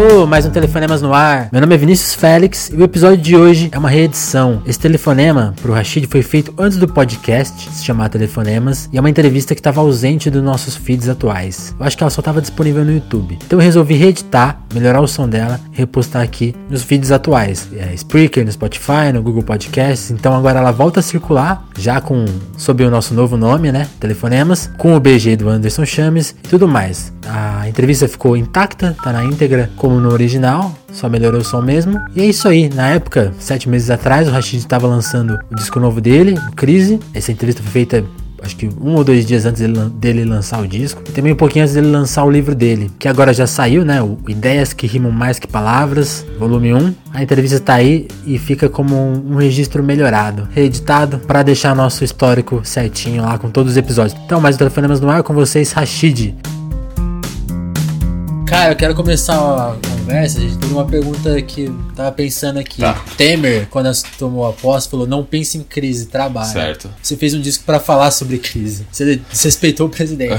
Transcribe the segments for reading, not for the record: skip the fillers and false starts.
Alô, mais um Telefonemas no ar. Meu nome é Vinícius Félix e o episódio de hoje é uma reedição. Esse telefonema pro Rashid foi feito antes do podcast se chamar Telefonemas e é uma entrevista que estava ausente dos nossos feeds atuais. Eu acho que ela só estava disponível no YouTube. Então eu resolvi reeditar, melhorar o som dela e repostar aqui nos feeds atuais. Spreaker, no Spotify, no Google Podcasts. Então agora ela volta a circular, já sob o nosso novo nome, né? Telefonemas, com o BG do Anderson Chames e tudo mais. A entrevista ficou intacta, tá na íntegra como no original, só melhorou o som mesmo. E é isso aí, na época, 7 meses atrás, o Rashid estava lançando o disco novo dele, o Crise. Essa entrevista foi feita, acho que 1 ou 2 dias antes dele lançar o disco. E também um pouquinho antes dele lançar o livro dele, que agora já saiu, né? O Ideias que Rimam Mais Que Palavras, volume 1. A entrevista tá aí e fica como um registro melhorado, reeditado, para deixar nosso histórico certinho lá com todos os episódios. Então, mais um Telefonemas no ar com vocês, Rashid. Cara, eu quero começar a conversa. A gente teve uma pergunta que eu tava pensando aqui. Tá. Temer, quando tomou a posse, falou: não pense em crise, trabalhe. Certo. Você fez um disco pra falar sobre crise. Você respeitou o presidente.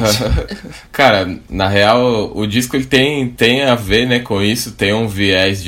Cara, na real, o disco ele tem a ver, né, com isso. Tem um viés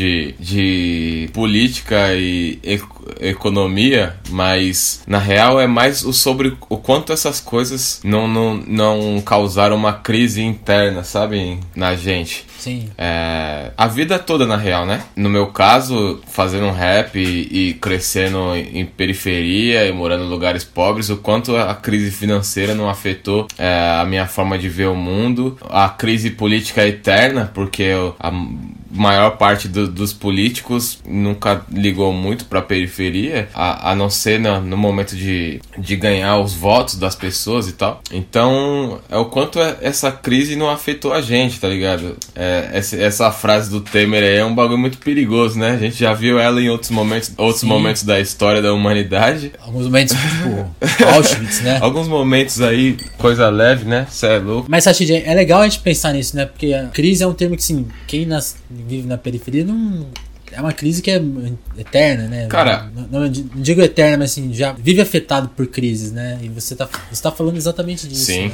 de política e economia, mas na real é mais sobre o quanto essas coisas não causaram uma crise interna, sabe, na gente. Sim. A vida toda, na real, né? No meu caso, fazendo um rap e crescendo em periferia e morando em lugares pobres, o quanto a crise financeira não afetou a minha forma de ver o mundo. A crise política é eterna, porque a maior parte dos políticos nunca ligou muito pra periferia, a não ser no momento de ganhar os votos das pessoas e tal. Então, é o quanto essa crise não afetou a gente, tá ligado? Essa frase do Temer aí é um bagulho muito perigoso, né? A gente já viu ela em outros momentos da história da humanidade. Alguns momentos, tipo, Auschwitz, né? Alguns momentos aí, coisa leve, né? Cê é louco. Mas, Rashid, é legal a gente pensar nisso, né? Porque a crise é um termo que, assim, quem vive na periferia não... É uma crise que é eterna, né? Cara... Não digo eterna, mas assim, já vive afetado por crises, né? E você tá falando exatamente disso. Sim.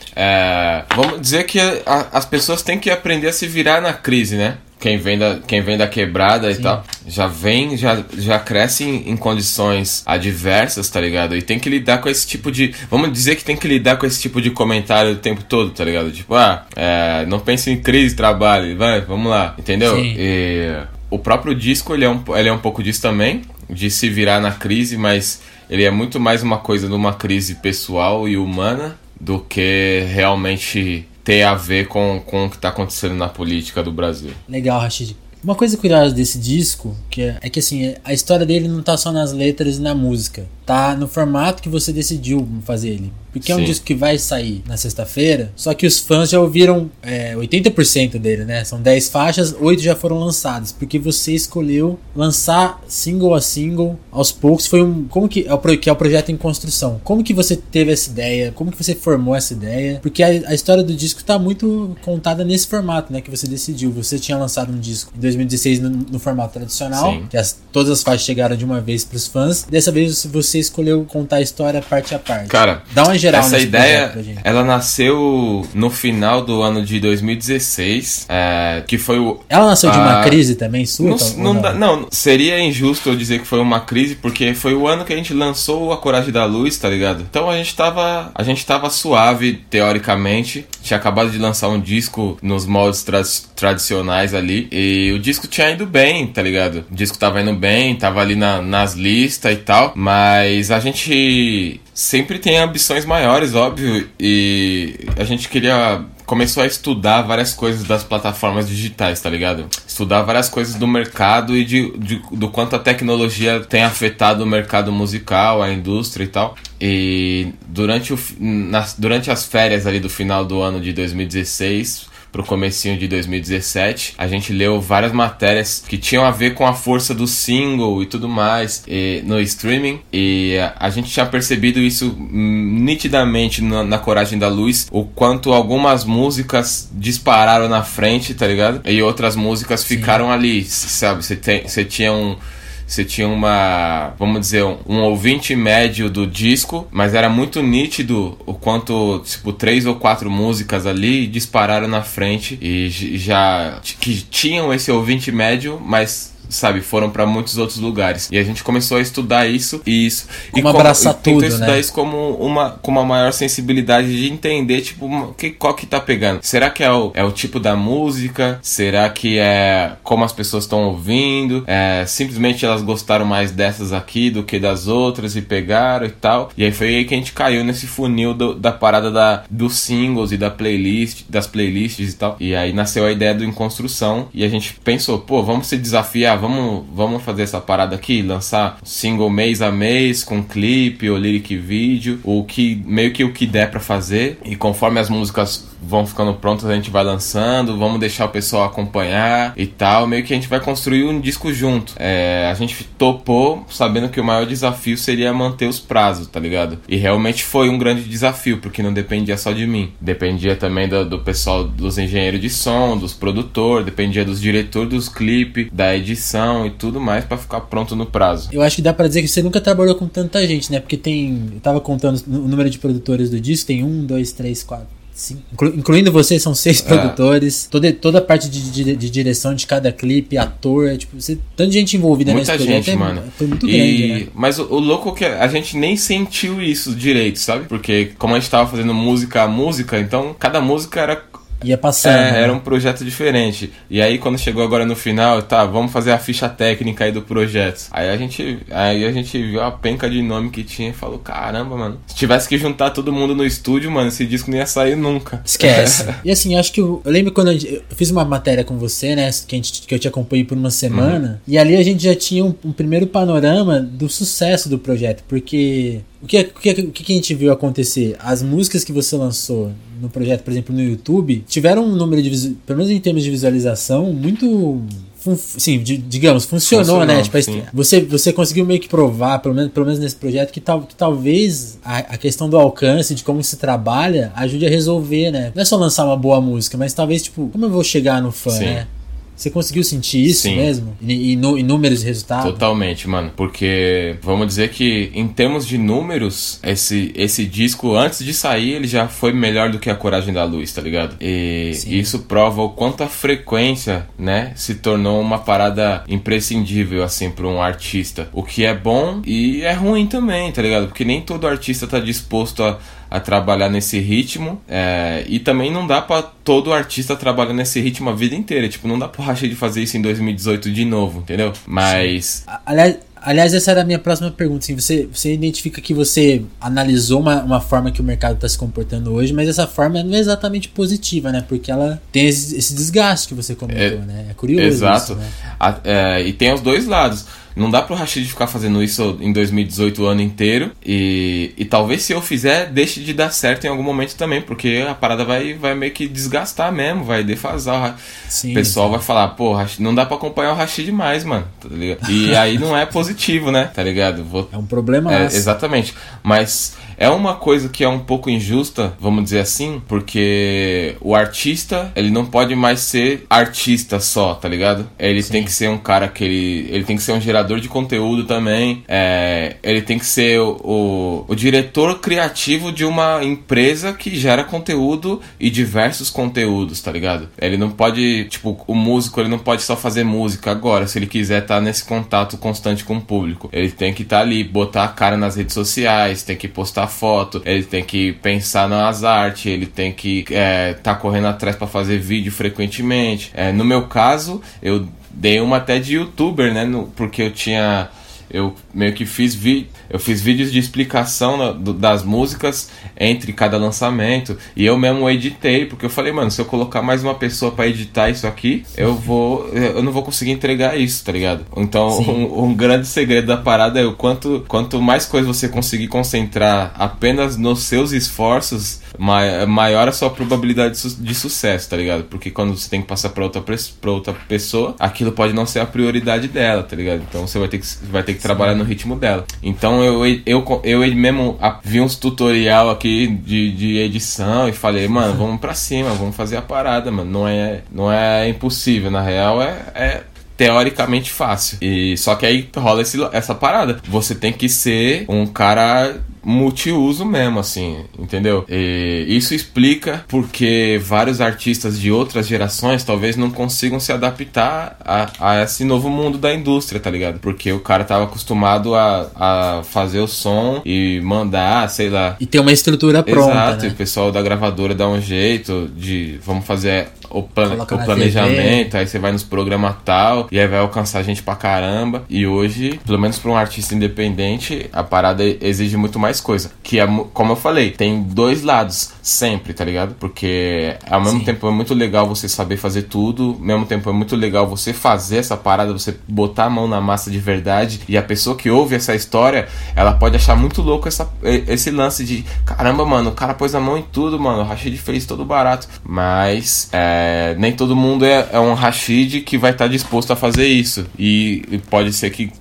Né? Vamos dizer que as pessoas têm que aprender a se virar na crise, né? Quem vem da quebrada. Sim. E tal, já cresce em condições adversas, tá ligado? E tem que lidar com esse tipo de... Vamos dizer que tem que lidar com esse tipo de comentário o tempo todo, tá ligado? Tipo, não pense em crise, trabalhe, vamos lá, entendeu? Sim. E o próprio disco, ele é um pouco disso também, de se virar na crise, mas ele é muito mais uma coisa de uma crise pessoal e humana do que realmente ter a ver com o que está acontecendo na política do Brasil. Legal, Rashid. Uma coisa curiosa desse disco é que assim, a história dele não tá só nas letras e na música, tá no formato que você decidiu fazer ele. Porque é um disco que vai sair na sexta-feira, só que os fãs já ouviram 80% dele, né? São 10 faixas, 8 já foram lançadas, porque você escolheu lançar single a single aos poucos. Que é o projeto em construção. Como que você teve essa ideia? Como que você formou essa ideia? Porque a história do disco tá muito contada nesse formato, né? Que você decidiu. Você tinha lançado um disco em 2016 no formato tradicional, que todas as faixas chegaram de uma vez pros fãs. Dessa vez você escolheu contar a história parte a parte. Cara, dá uma geral. Essa ideia, ela nasceu no final do ano de 2016, que foi o... Ela nasceu de uma crise também sua? Não, seria injusto eu dizer que foi uma crise, porque foi o ano que a gente lançou A Coragem da Luz, tá ligado? Então a gente tava suave, teoricamente. Tinha acabado de lançar um disco nos moldes tradicionais ali, e o disco tinha ido bem, tá ligado? O disco tava indo bem, tava ali nas listas e tal, mas a gente sempre tem ambições maiores, óbvio, e a gente começou a estudar várias coisas das plataformas digitais, tá ligado? Estudar várias coisas do mercado e do quanto a tecnologia tem afetado o mercado musical, a indústria e tal. E durante as férias ali do final do ano de 2016 pro comecinho de 2017, a gente leu várias matérias que tinham a ver com a força do single e tudo mais no streaming, e a gente tinha percebido isso nitidamente na Coragem da Luz, o quanto algumas músicas dispararam na frente, tá ligado? E outras músicas ficaram ali, sabe? Você tinha você tinha vamos dizer, um ouvinte médio do disco, mas era muito nítido o quanto, tipo, 3 ou 4 músicas ali dispararam na frente e já que tinham esse ouvinte médio, mas, sabe, foram pra muitos outros lugares. E a gente começou a estudar isso. Como abraçar tudo, tentou estudar isso com uma maior sensibilidade de entender, tipo, qual que tá pegando. Será que é o tipo da música? Será que é como as pessoas estão ouvindo? Simplesmente elas gostaram mais dessas aqui do que das outras e pegaram e tal. E aí foi aí que a gente caiu nesse funil da parada dos singles e das playlists e tal. E aí nasceu a ideia do Em Construção. E a gente pensou, pô, vamos se desafiar, vamos fazer essa parada aqui, lançar single mês a mês, com clipe ou lyric vídeo, meio que o que der pra fazer, e conforme as músicas vão ficando prontas a gente vai lançando, vamos deixar o pessoal acompanhar e tal, meio que a gente vai construir um disco junto. A gente topou sabendo que o maior desafio seria manter os prazos, tá ligado? E realmente foi um grande desafio, porque não dependia só de mim, dependia também do pessoal, dos engenheiros de som, dos produtores, dependia dos diretores dos clipes, da edição e tudo mais pra ficar pronto no prazo. Eu acho que dá pra dizer que você nunca trabalhou com tanta gente, né? Porque eu tava contando o número de produtores do disco, tem 1, 2, 3, 4, 5. Incluindo você, são 6 produtores. Toda a parte de direção de cada clipe, ator, tipo, tanta gente envolvida nesse projeto. Muita gente, mano. Foi muito grande, né? Mas o louco é que a gente nem sentiu isso direito, sabe? Porque como a gente tava fazendo música a música, então cada música ia passando. Né? Era um projeto diferente. E aí quando chegou agora no final, vamos fazer a ficha técnica aí do projeto. Aí a gente viu a penca de nome que tinha e falou, caramba, mano, se tivesse que juntar todo mundo no estúdio, mano, esse disco não ia sair nunca. Esquece. E assim, acho que eu lembro quando eu fiz uma matéria com você, né, que eu te acompanhei por uma semana, e ali a gente já tinha um primeiro panorama do sucesso do projeto, porque o que a gente viu acontecer? As músicas que você lançou no projeto, por exemplo, no YouTube, tiveram um número pelo menos em termos de visualização, muito... Sim, digamos, funcionou, né? Tipo, você conseguiu meio que provar, pelo menos nesse projeto, que talvez a questão do alcance, de como se trabalha, ajude a resolver, né? Não é só lançar uma boa música, mas talvez, tipo, como eu vou chegar no fã, né? Você conseguiu sentir isso mesmo? Em números e resultados? Totalmente, mano. Porque vamos dizer que em termos de números, esse disco, antes de sair, ele já foi melhor do que A Coragem da Luz, tá ligado? E isso prova o quanto a frequência, né, se tornou uma parada imprescindível, assim, pra um artista. O que é bom e é ruim também, tá ligado? Porque nem todo artista tá disposto a trabalhar nesse ritmo, e também não dá pra todo artista trabalhar nesse ritmo a vida inteira, tipo, não dá pro Rashid fazer isso em 2018 de novo, entendeu? Mas... Aliás, essa era a minha próxima pergunta, assim, você identifica que você analisou uma forma que o mercado está se comportando hoje, mas essa forma não é exatamente positiva, né? Porque ela tem esse desgaste que você comentou, né? É curioso. Exato. Isso, né? E tem os dois lados. Não dá pro Rashid ficar fazendo isso em 2018 o ano inteiro. E talvez se eu fizer, deixe de dar certo em algum momento também. Porque a parada vai meio que desgastar mesmo. Vai defasar. O pessoal vai falar, pô, não dá pra acompanhar o Rashid mais, mano. Tá ligado? E aí não é positivo, né? Tá ligado? É um problema. Exatamente. Mas... é uma coisa que é um pouco injusta, vamos dizer assim, porque o artista, ele não pode mais ser artista só, tá ligado? Ele tem que ser um cara que ele tem que ser um gerador de conteúdo também, ele tem que ser o diretor criativo de uma empresa que gera conteúdo e diversos conteúdos, tá ligado? Ele não pode, tipo, o músico, ele não pode só fazer música agora, se ele quiser estar nesse contato constante com o público. Ele tem que estar ali, botar a cara nas redes sociais, tem que postar foto, ele tem que pensar nas artes, ele tem que tá correndo atrás pra fazer vídeo frequentemente. No meu caso, eu dei uma até de youtuber, né? Porque eu meio que fiz vídeos de explicação das músicas entre cada lançamento, e eu mesmo editei, porque eu falei, mano, se eu colocar mais uma pessoa pra editar isso aqui, eu não vou conseguir entregar isso, tá ligado? Então, um grande segredo da parada é o quanto mais coisa você conseguir concentrar apenas nos seus esforços, maior a sua probabilidade de sucesso, tá ligado? Porque quando você tem que passar pra outra pessoa, aquilo pode não ser a prioridade dela, tá ligado? Então você vai ter que trabalhar no ritmo dela. Então eu mesmo vi uns tutorial aqui de edição e falei, mano, vamos pra cima, vamos fazer a parada, mano. Não é impossível, na real teoricamente fácil. E só que aí rola essa parada. Você tem que ser um cara multiuso mesmo, assim, entendeu? E isso explica porque vários artistas de outras gerações talvez não consigam se adaptar a esse novo mundo da indústria, tá ligado? Porque o cara tava acostumado a fazer o som e mandar, sei lá. E ter uma estrutura pronta, exato, né? E o pessoal da gravadora dá um jeito de, vamos fazer o planejamento, aí você vai nos programas tal, e aí vai alcançar gente pra caramba. E hoje, pelo menos pra um artista independente, a parada exige muito mais coisa. Que é, como eu falei, tem dois lados sempre, tá ligado? Porque ao mesmo tempo é muito legal você saber fazer tudo, ao mesmo tempo é muito legal você fazer essa parada, você botar a mão na massa de verdade, e a pessoa que ouve essa história, ela pode achar muito louco esse lance de, caramba, mano, o cara pôs a mão em tudo, mano, o Rashid fez todo barato. Mas nem todo mundo é um Rashid que vai estar disposto a fazer isso, e pode ser que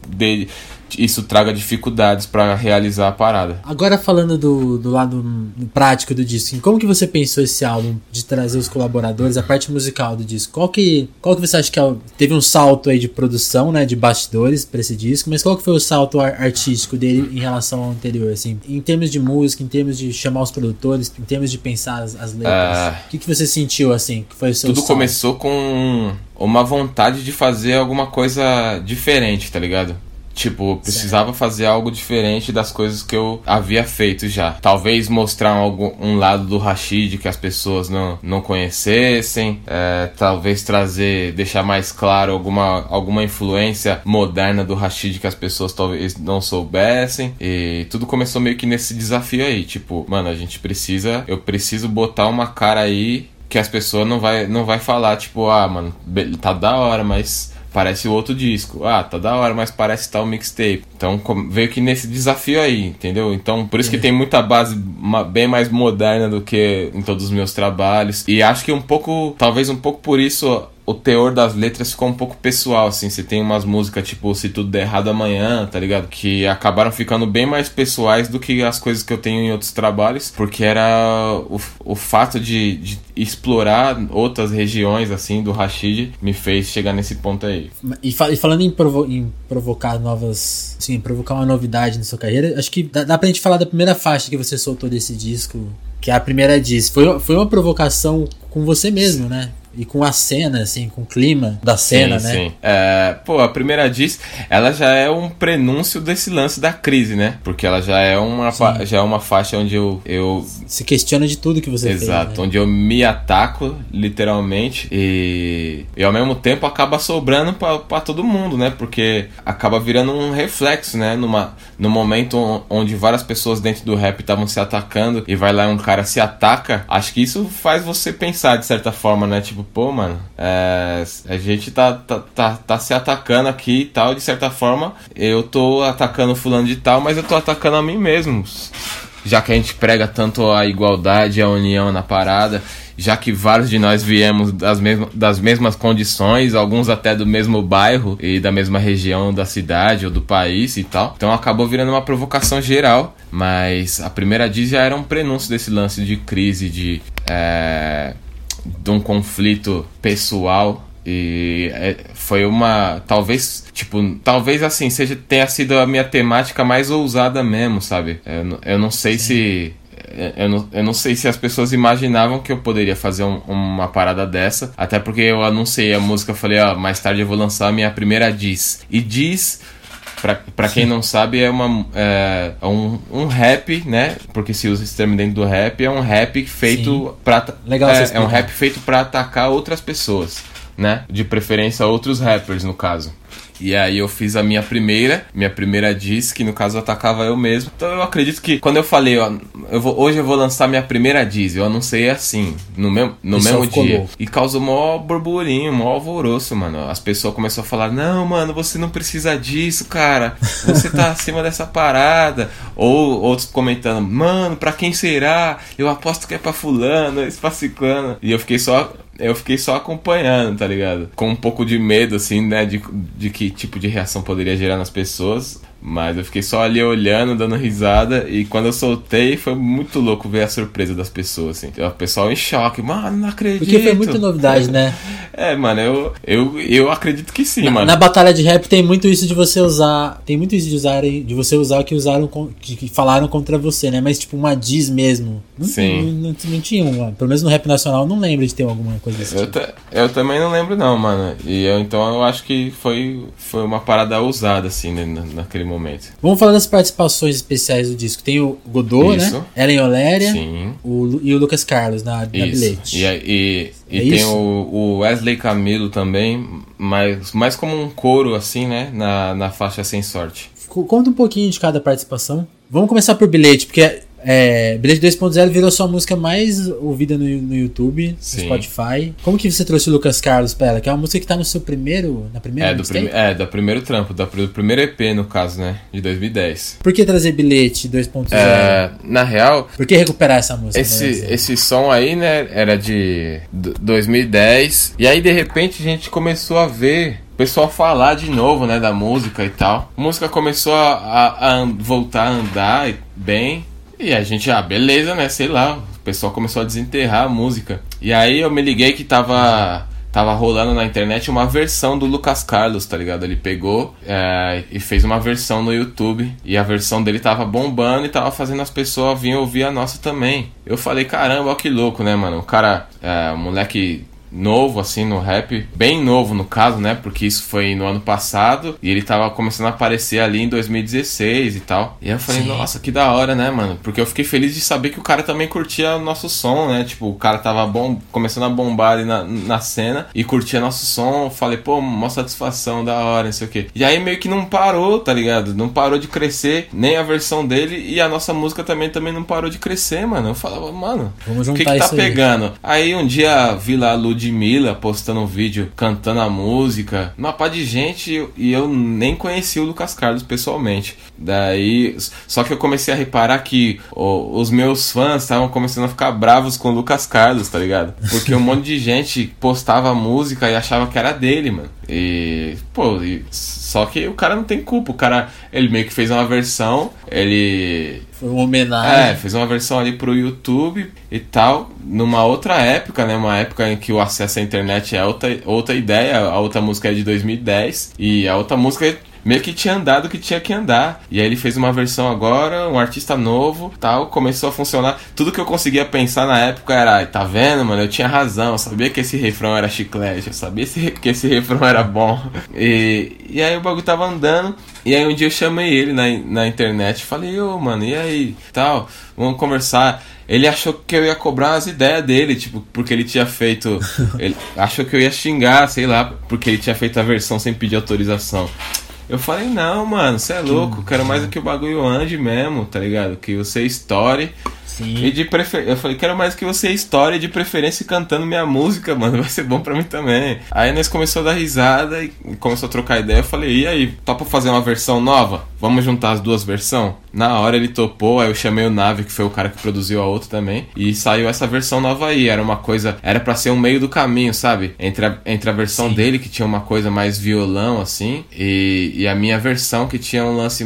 isso traga dificuldades pra realizar a parada. Agora falando do lado prático do disco, como que você pensou esse álbum de trazer os colaboradores, a parte musical do disco? Qual que você acha que teve um salto aí de produção, né, de bastidores pra esse disco, mas qual que foi o salto artístico dele em relação ao anterior, assim, em termos de música, em termos de chamar os produtores, em termos de pensar as letras? O que você sentiu, assim, que foi o seu Tudo salto? começou com uma vontade de fazer alguma coisa diferente, tá ligado? Tipo, precisava fazer algo diferente das coisas que eu havia feito já. Talvez mostrar um lado do Rashid que as pessoas não conhecessem. Talvez deixar mais claro alguma influência moderna do Rashid que as pessoas talvez não soubessem. E tudo começou meio que nesse desafio aí. Tipo, mano, eu preciso botar uma cara aí que as pessoas não vai falar, tipo, mano, tá da hora, mas parece o outro disco. Tá da hora, mas parece tal mixtape. Então veio que nesse desafio aí, entendeu? Então por isso que tem muita base bem mais moderna do que em todos os meus trabalhos. E acho que talvez um pouco por isso o teor das letras ficou um pouco pessoal, assim. Você tem umas músicas tipo Se Tudo Der Errado Amanhã, tá ligado? Que acabaram ficando bem mais pessoais do que as coisas que eu tenho em outros trabalhos, porque era o fato de explorar outras regiões, assim, do Rashid me fez chegar nesse ponto aí. E falando em provocar novas... Sim, provocar uma novidade na sua carreira, acho que dá pra gente falar da primeira faixa que você soltou desse disco, que é a primeira diz. Foi uma provocação com você mesmo, né? E com a cena, assim, com o clima da cena, né? Sim. A primeira diz, ela já é um prenúncio desse lance da crise, né? Porque ela já é uma faixa onde eu se questiona de tudo que você fez. Exato, né? onde eu me ataco, literalmente, e ao mesmo tempo acaba sobrando pra todo mundo, né? Porque acaba virando um reflexo, né? No momento onde várias pessoas dentro do rap estavam se atacando, e vai lá um cara se ataca, acho que isso faz você pensar de certa forma, né? Tipo, pô, mano, a gente tá se atacando aqui e tal, de certa forma, eu tô atacando fulano de tal, mas eu tô atacando a mim mesmo. Já que a gente prega tanto a igualdade e a união na parada, já que vários de nós viemos das mesmas condições, alguns até do mesmo bairro e da mesma região da cidade ou do país e tal. Então acabou virando uma provocação geral, mas a primeira diz já era um prenúncio desse lance de crise, de um conflito pessoal. E foi talvez assim tenha sido a minha temática mais ousada mesmo, sabe? Eu não sei se eu não sei se as pessoas imaginavam que eu poderia fazer uma parada dessa, até porque eu anunciei a música, eu falei, mais tarde eu vou lançar a minha primeira diz. E diz, pra quem não sabe, é um rap, né? Porque se usa esse termo dentro do rap, é um rap feito é um rap feito pra atacar outras pessoas, né? De preferência outros rappers, no caso. E aí eu fiz a minha primeira diss, que no caso atacava eu mesmo. Então eu acredito que quando eu falei, hoje eu vou lançar minha primeira diss, eu anunciei assim, no mesmo dia. Louco. E causou maior burburinho, maior alvoroço, mano. As pessoas começaram a falar, não, mano, você não precisa disso, cara. Você tá acima dessa parada. Ou outros comentando, mano, pra quem será? Eu aposto que é pra fulano, esse pra ciclano. E eu fiquei só acompanhando, tá ligado? Com um pouco de medo, assim, né? De que tipo de reação poderia gerar nas pessoas. Mas eu fiquei só ali olhando, dando risada. E quando eu soltei, foi muito louco ver a surpresa das pessoas, assim. O pessoal em choque. Mano, não acredito. Porque foi muita novidade, né? Mano, eu acredito que sim, mano. Na batalha de rap tem muito isso de você usar... Tem muito isso de você usar o que usaram... Que falaram contra você, né? Mas tipo, uma diss mesmo. Sim. Não tinha uma. Pelo menos no rap nacional, não lembro de ter alguma coisa desse tipo. Eu também não lembro não, mano. Então eu acho que foi uma parada ousada, assim, né, naquele momento. Vamos falar das participações especiais do disco. Tem o Godot, né? Ellen Oléria. Sim. E o Lucas Carlos na Bilhete. E tem o Wesley Camilo também, mas mais como um coro, assim, né? Na faixa Sem Sorte. Conta um pouquinho de cada participação. Vamos começar por Bilhete, porque Bilhete 2.0 virou sua música mais ouvida no YouTube, no Spotify. Como que você trouxe o Lucas Carlos pra ela? Que é uma música que tá no seu na primeira do primeiro trampo, do primeiro EP, no caso, né? De 2010. Por que trazer Bilhete 2.0? Na real... Por que recuperar essa música? Esse som aí, né? Era de 2010. E aí, de repente, a gente começou a ver... o pessoal falar de novo, né, da música e tal. A música começou a voltar a andar bem. E a gente, beleza, né, sei lá. O pessoal começou a desenterrar a música. E aí eu me liguei que tava rolando na internet uma versão do Lucas Carlos, tá ligado? Ele pegou e fez uma versão no YouTube. E a versão dele tava bombando e tava fazendo as pessoas virem ouvir a nossa também. Eu falei, caramba, ó que louco, né, mano? O cara, moleque... novo, assim, no rap, bem novo no caso, né, porque isso foi no ano passado e ele tava começando a aparecer ali em 2016 e tal, e aí eu falei, nossa, que da hora, né, mano, porque eu fiquei feliz de saber que o cara também curtia o nosso som, né, tipo, o cara tava começando a bombar ali na cena e curtia nosso som. Eu falei, pô, uma satisfação, da hora, não sei o que, e aí meio que não parou, tá ligado, não parou de crescer, nem a versão dele e a nossa música também não parou de crescer, mano. Eu falava, mano, o que tá pegando? Aí um dia vi lá a Ludmilla postando um vídeo cantando a música, uma pá de gente, e eu nem conheci o Lucas Carlos pessoalmente. Daí, só que eu comecei a reparar que os meus fãs estavam começando a ficar bravos com o Lucas Carlos, tá ligado? Porque um monte de gente postava a música e achava que era dele, mano. E, pô, só que o cara não tem culpa. O cara, ele meio que fez uma versão, foi uma homenagem. Fez uma versão ali pro YouTube e tal, numa outra época, né? Uma época em que o acesso à internet é outra ideia. A outra música é de 2010 e a outra música meio que tinha andado o que tinha que andar. E aí ele fez uma versão agora, um artista novo, tal, começou a funcionar. Tudo que eu conseguia pensar na época era, tá vendo, mano? Eu tinha razão, eu sabia que esse refrão era chiclete, eu sabia que esse refrão era bom. E aí o bagulho tava andando. E aí um dia eu chamei ele na internet, falei, mano, e aí, tal, vamos conversar. Ele achou que eu ia cobrar as ideias dele, tipo, porque ele tinha feito... Ele achou que eu ia xingar, sei lá, porque ele tinha feito a versão sem pedir autorização. Eu falei, não, mano, você é louco, quero mais que o bagulho ande mesmo, tá ligado? Que você estoure. Sim. E eu falei, quero mais que você estoure, de preferência cantando minha música, mano, vai ser bom pra mim também. Aí nós começou a dar risada e começou a trocar ideia. Eu falei, e aí, topa fazer uma versão nova? Vamos juntar as duas versões? Na hora ele topou, aí eu chamei o Nave, que foi o cara que produziu a outra também, e saiu essa versão nova aí. Era pra ser um meio do caminho, sabe? Entre a versão dele, que tinha uma coisa mais violão, assim, e a minha versão, que tinha um lance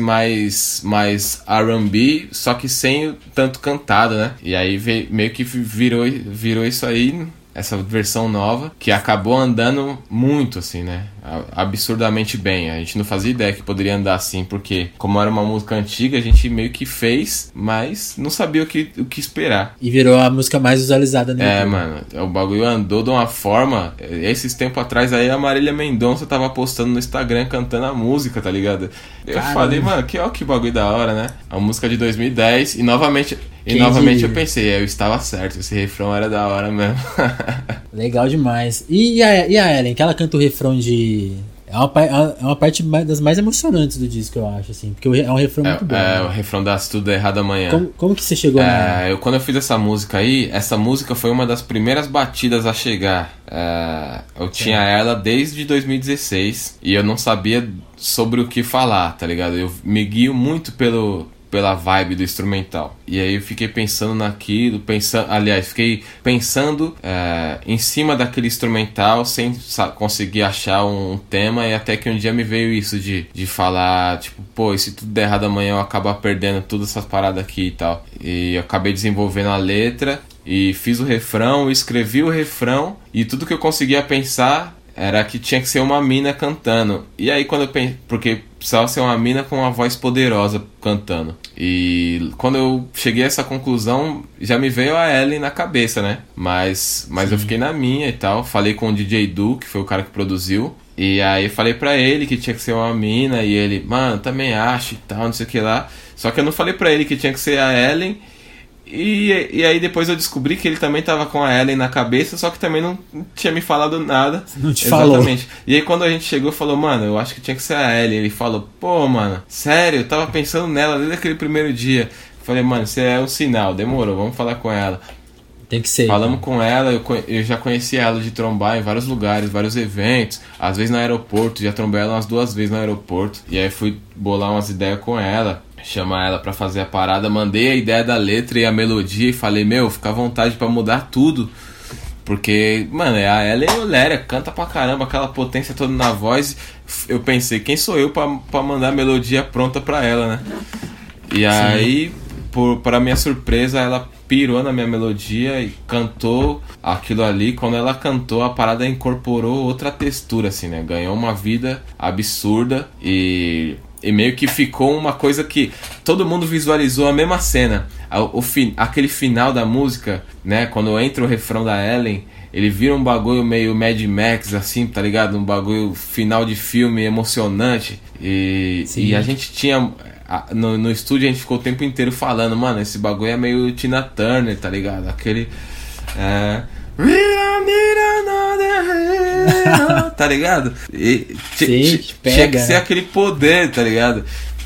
mais R&B, só que sem tanto cantado, né? E aí meio que virou isso aí, essa versão nova, que acabou andando muito, assim, né? Absurdamente bem. A gente não fazia ideia que poderia andar assim, porque como era uma música antiga, a gente meio que fez, mas não sabia o que esperar. E virou a música mais visualizada no YouTube. Mano, o bagulho andou de uma forma... Esses tempos atrás aí, a Marília Mendonça tava postando no Instagram, cantando a música, tá ligado? Eu falei, mano, que bagulho da hora, né? A música de 2010, e novamente eu pensei, eu estava certo, esse refrão era da hora mesmo. Legal demais. E a Ellen, que ela canta o refrão de... É uma parte das mais emocionantes do disco, eu acho, assim, porque é um refrão muito bom. Né? O refrão da Se Tudo Der Errado Amanhã. Como que você chegou nela? Quando eu fiz essa música aí, essa música foi uma das primeiras batidas a chegar. Eu tinha ela desde 2016 e eu não sabia sobre o que falar, tá ligado? Eu me guio muito pelo pela vibe do instrumental. E aí eu fiquei pensando naquilo, fiquei pensando em cima daquele instrumental sem conseguir achar um tema, e até que um dia me veio isso de falar, tipo, pô, e se tudo der errado amanhã eu acabar perdendo todas essas paradas aqui e tal. E eu acabei desenvolvendo a letra e fiz o refrão, escrevi o refrão, e tudo que eu conseguia pensar era que tinha que ser uma mina cantando. E aí quando eu pensei, porque precisava ser uma mina com uma voz poderosa cantando. E quando eu cheguei a essa conclusão, já me veio a Ellen na cabeça, né? Mas eu fiquei na minha e tal. Falei com o DJ Du, que foi o cara que produziu. E aí falei pra ele que tinha que ser uma mina. E ele, mano, também acho e tal, não sei o que lá. Só que eu não falei pra ele que tinha que ser a Ellen. E aí depois eu descobri que ele também tava com a Ellen na cabeça, só que também não tinha me falado nada. Não te exatamente falou. E aí quando a gente chegou, falou, mano, eu acho que tinha que ser a Ellen. Ele falou, pô, mano, sério, eu tava pensando nela desde aquele primeiro dia. Falei, mano, isso é um sinal, demorou, vamos falar com ela. Tem que ser. Falamos com ela, eu já conheci ela de trombar em vários lugares, vários eventos, às vezes no aeroporto, já trombei ela umas 2 vezes no aeroporto. E aí fui bolar umas ideias com ela, chamar ela pra fazer a parada, mandei a ideia da letra e a melodia e falei, meu, fica à vontade pra mudar tudo. Porque, mano, a Ellen Euléria canta pra caramba, aquela potência toda na voz. Eu pensei, quem sou eu pra mandar a melodia pronta pra ela, né? E aí, para minha surpresa, ela pirou na minha melodia e cantou aquilo ali. Quando ela cantou, a parada incorporou outra textura, assim, né? Ganhou uma vida absurda e meio que ficou uma coisa que todo mundo visualizou a mesma cena. Aquele final da música, né? Quando entra o refrão da Ellen, ele vira um bagulho meio Mad Max, assim, tá ligado? Um bagulho final de filme emocionante. E a gente tinha... No estúdio a gente ficou o tempo inteiro falando, mano, esse bagulho é meio Tina Turner, tá ligado? Aquele... tá ligado? Tinha que ser aquele poder, tá ligado?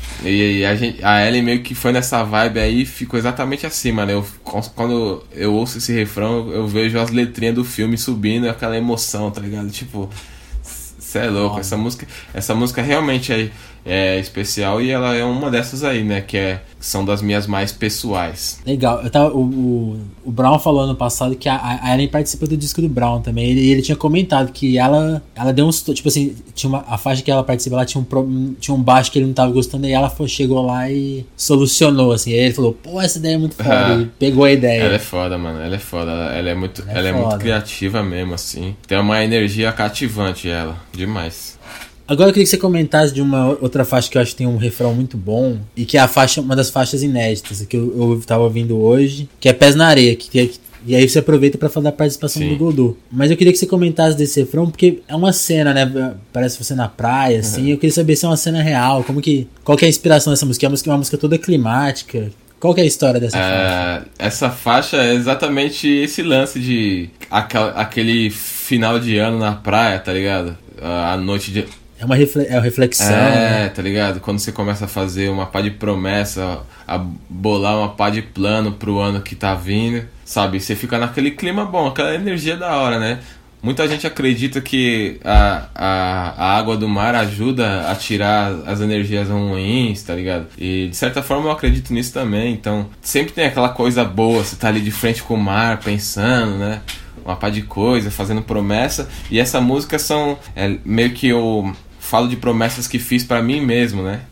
E a Ellen meio que foi nessa vibe aí, ficou exatamente assim, mano. Quando eu ouço esse refrão, eu vejo as letrinhas do filme subindo, aquela emoção, tá ligado? Tipo, cê é louco. Essa música realmente é especial, e ela é uma dessas aí, né? Que são das minhas mais pessoais. Legal. O Brown falou ano passado que a Ellen participa do disco do Brown também. Ele tinha comentado que ela deu uns... Tipo assim, a faixa que ela participa, ela tinha um baixo que ele não tava gostando, e ela chegou lá e solucionou, assim. Aí ele falou, pô, essa ideia é muito foda. E pegou a ideia. Ela é foda, mano. Ela é foda. Ela é muito criativa mesmo, assim. Tem uma energia cativante, ela. Demais. Agora eu queria que você comentasse de uma outra faixa que eu acho que tem um refrão muito bom, e que é uma das faixas inéditas que eu tava ouvindo hoje, que é Pés na Areia, e aí você aproveita pra falar da participação do Godot. Mas eu queria que você comentasse desse refrão, porque é uma cena, né? Parece você na praia, assim. Eu queria saber se é uma cena real, qual que é a inspiração dessa música? É uma música toda climática. Qual que é a história dessa faixa? Essa faixa é exatamente esse lance de aquele final de ano na praia, tá ligado? A noite de... É uma reflexão. Né? Tá ligado? Quando você começa a fazer uma pá de promessa, a bolar uma pá de plano pro ano que tá vindo, sabe? Você fica naquele clima bom, aquela energia da hora, né? Muita gente acredita que a água do mar ajuda a tirar as energias ruins, tá ligado? E de certa forma eu acredito nisso também. Então sempre tem aquela coisa boa, você tá ali de frente com o mar, pensando, né? Uma pá de coisa, fazendo promessa. E essa música meio que eu falo de promessas que fiz pra mim mesmo, né?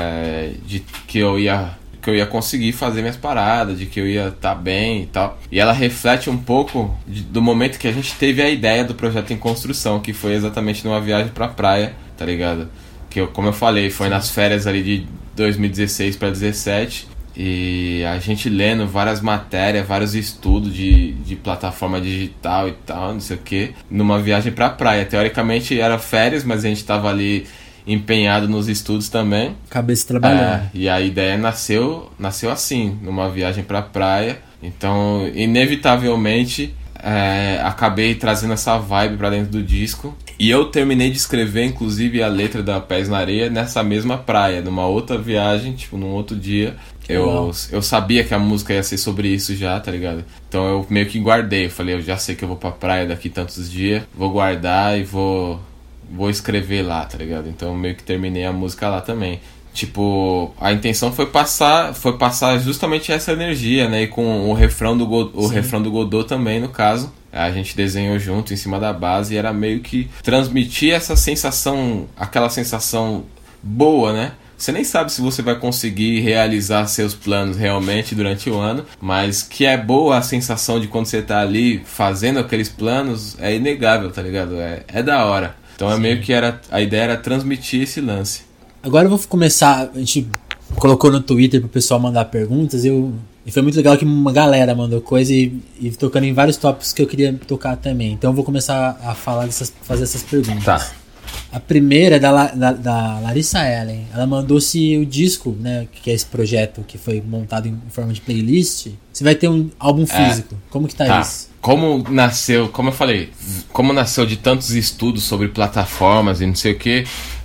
De que eu ia conseguir fazer minhas paradas, de que eu ia estar bem e tal. E ela reflete um pouco do momento que a gente teve a ideia do projeto em construção, que foi exatamente numa viagem pra praia, tá ligado? Que como eu falei, foi nas férias ali de 2016 pra 2017. E a gente lendo várias matérias, vários estudos de plataforma digital e tal, não sei o que, numa viagem pra praia. Teoricamente era férias, mas a gente tava ali empenhado nos estudos também. Cabeça trabalhando. E a ideia nasceu assim, numa viagem pra praia. Então, inevitavelmente, acabei trazendo essa vibe pra dentro do disco. E eu terminei de escrever, inclusive, a letra da Pés na Areia nessa mesma praia, numa outra viagem, tipo, num outro dia. Eu sabia que a música ia ser sobre isso já, tá ligado? Então eu meio que guardei. Eu falei, eu já sei que eu vou pra praia daqui tantos dias, vou guardar e vou escrever lá, tá ligado? Então eu meio que terminei a música lá também. Tipo, a intenção foi passar justamente essa energia, né? E com o refrão do Godot também, no caso. A gente desenhou junto em cima da base e era meio que transmitir essa sensação, aquela sensação boa, né? Você nem sabe se você vai conseguir realizar seus planos realmente durante o ano, mas que é boa a sensação de quando você tá ali fazendo aqueles planos, é inegável, tá ligado? É da hora. Então é meio que a ideia era transmitir esse lance. Agora eu vou começar, a gente colocou no Twitter pro pessoal mandar perguntas, e foi muito legal que uma galera mandou coisa e tocando em vários tópicos que eu queria tocar também. Então eu vou começar a fazer essas perguntas. Tá. A primeira é da Larissa Ellen. Ela mandou se o disco, né, que é esse projeto que foi montado em forma de playlist, se vai ter um álbum físico. Como que tá isso? Como nasceu, como eu falei, como nasceu de tantos estudos sobre plataformas e não sei o que,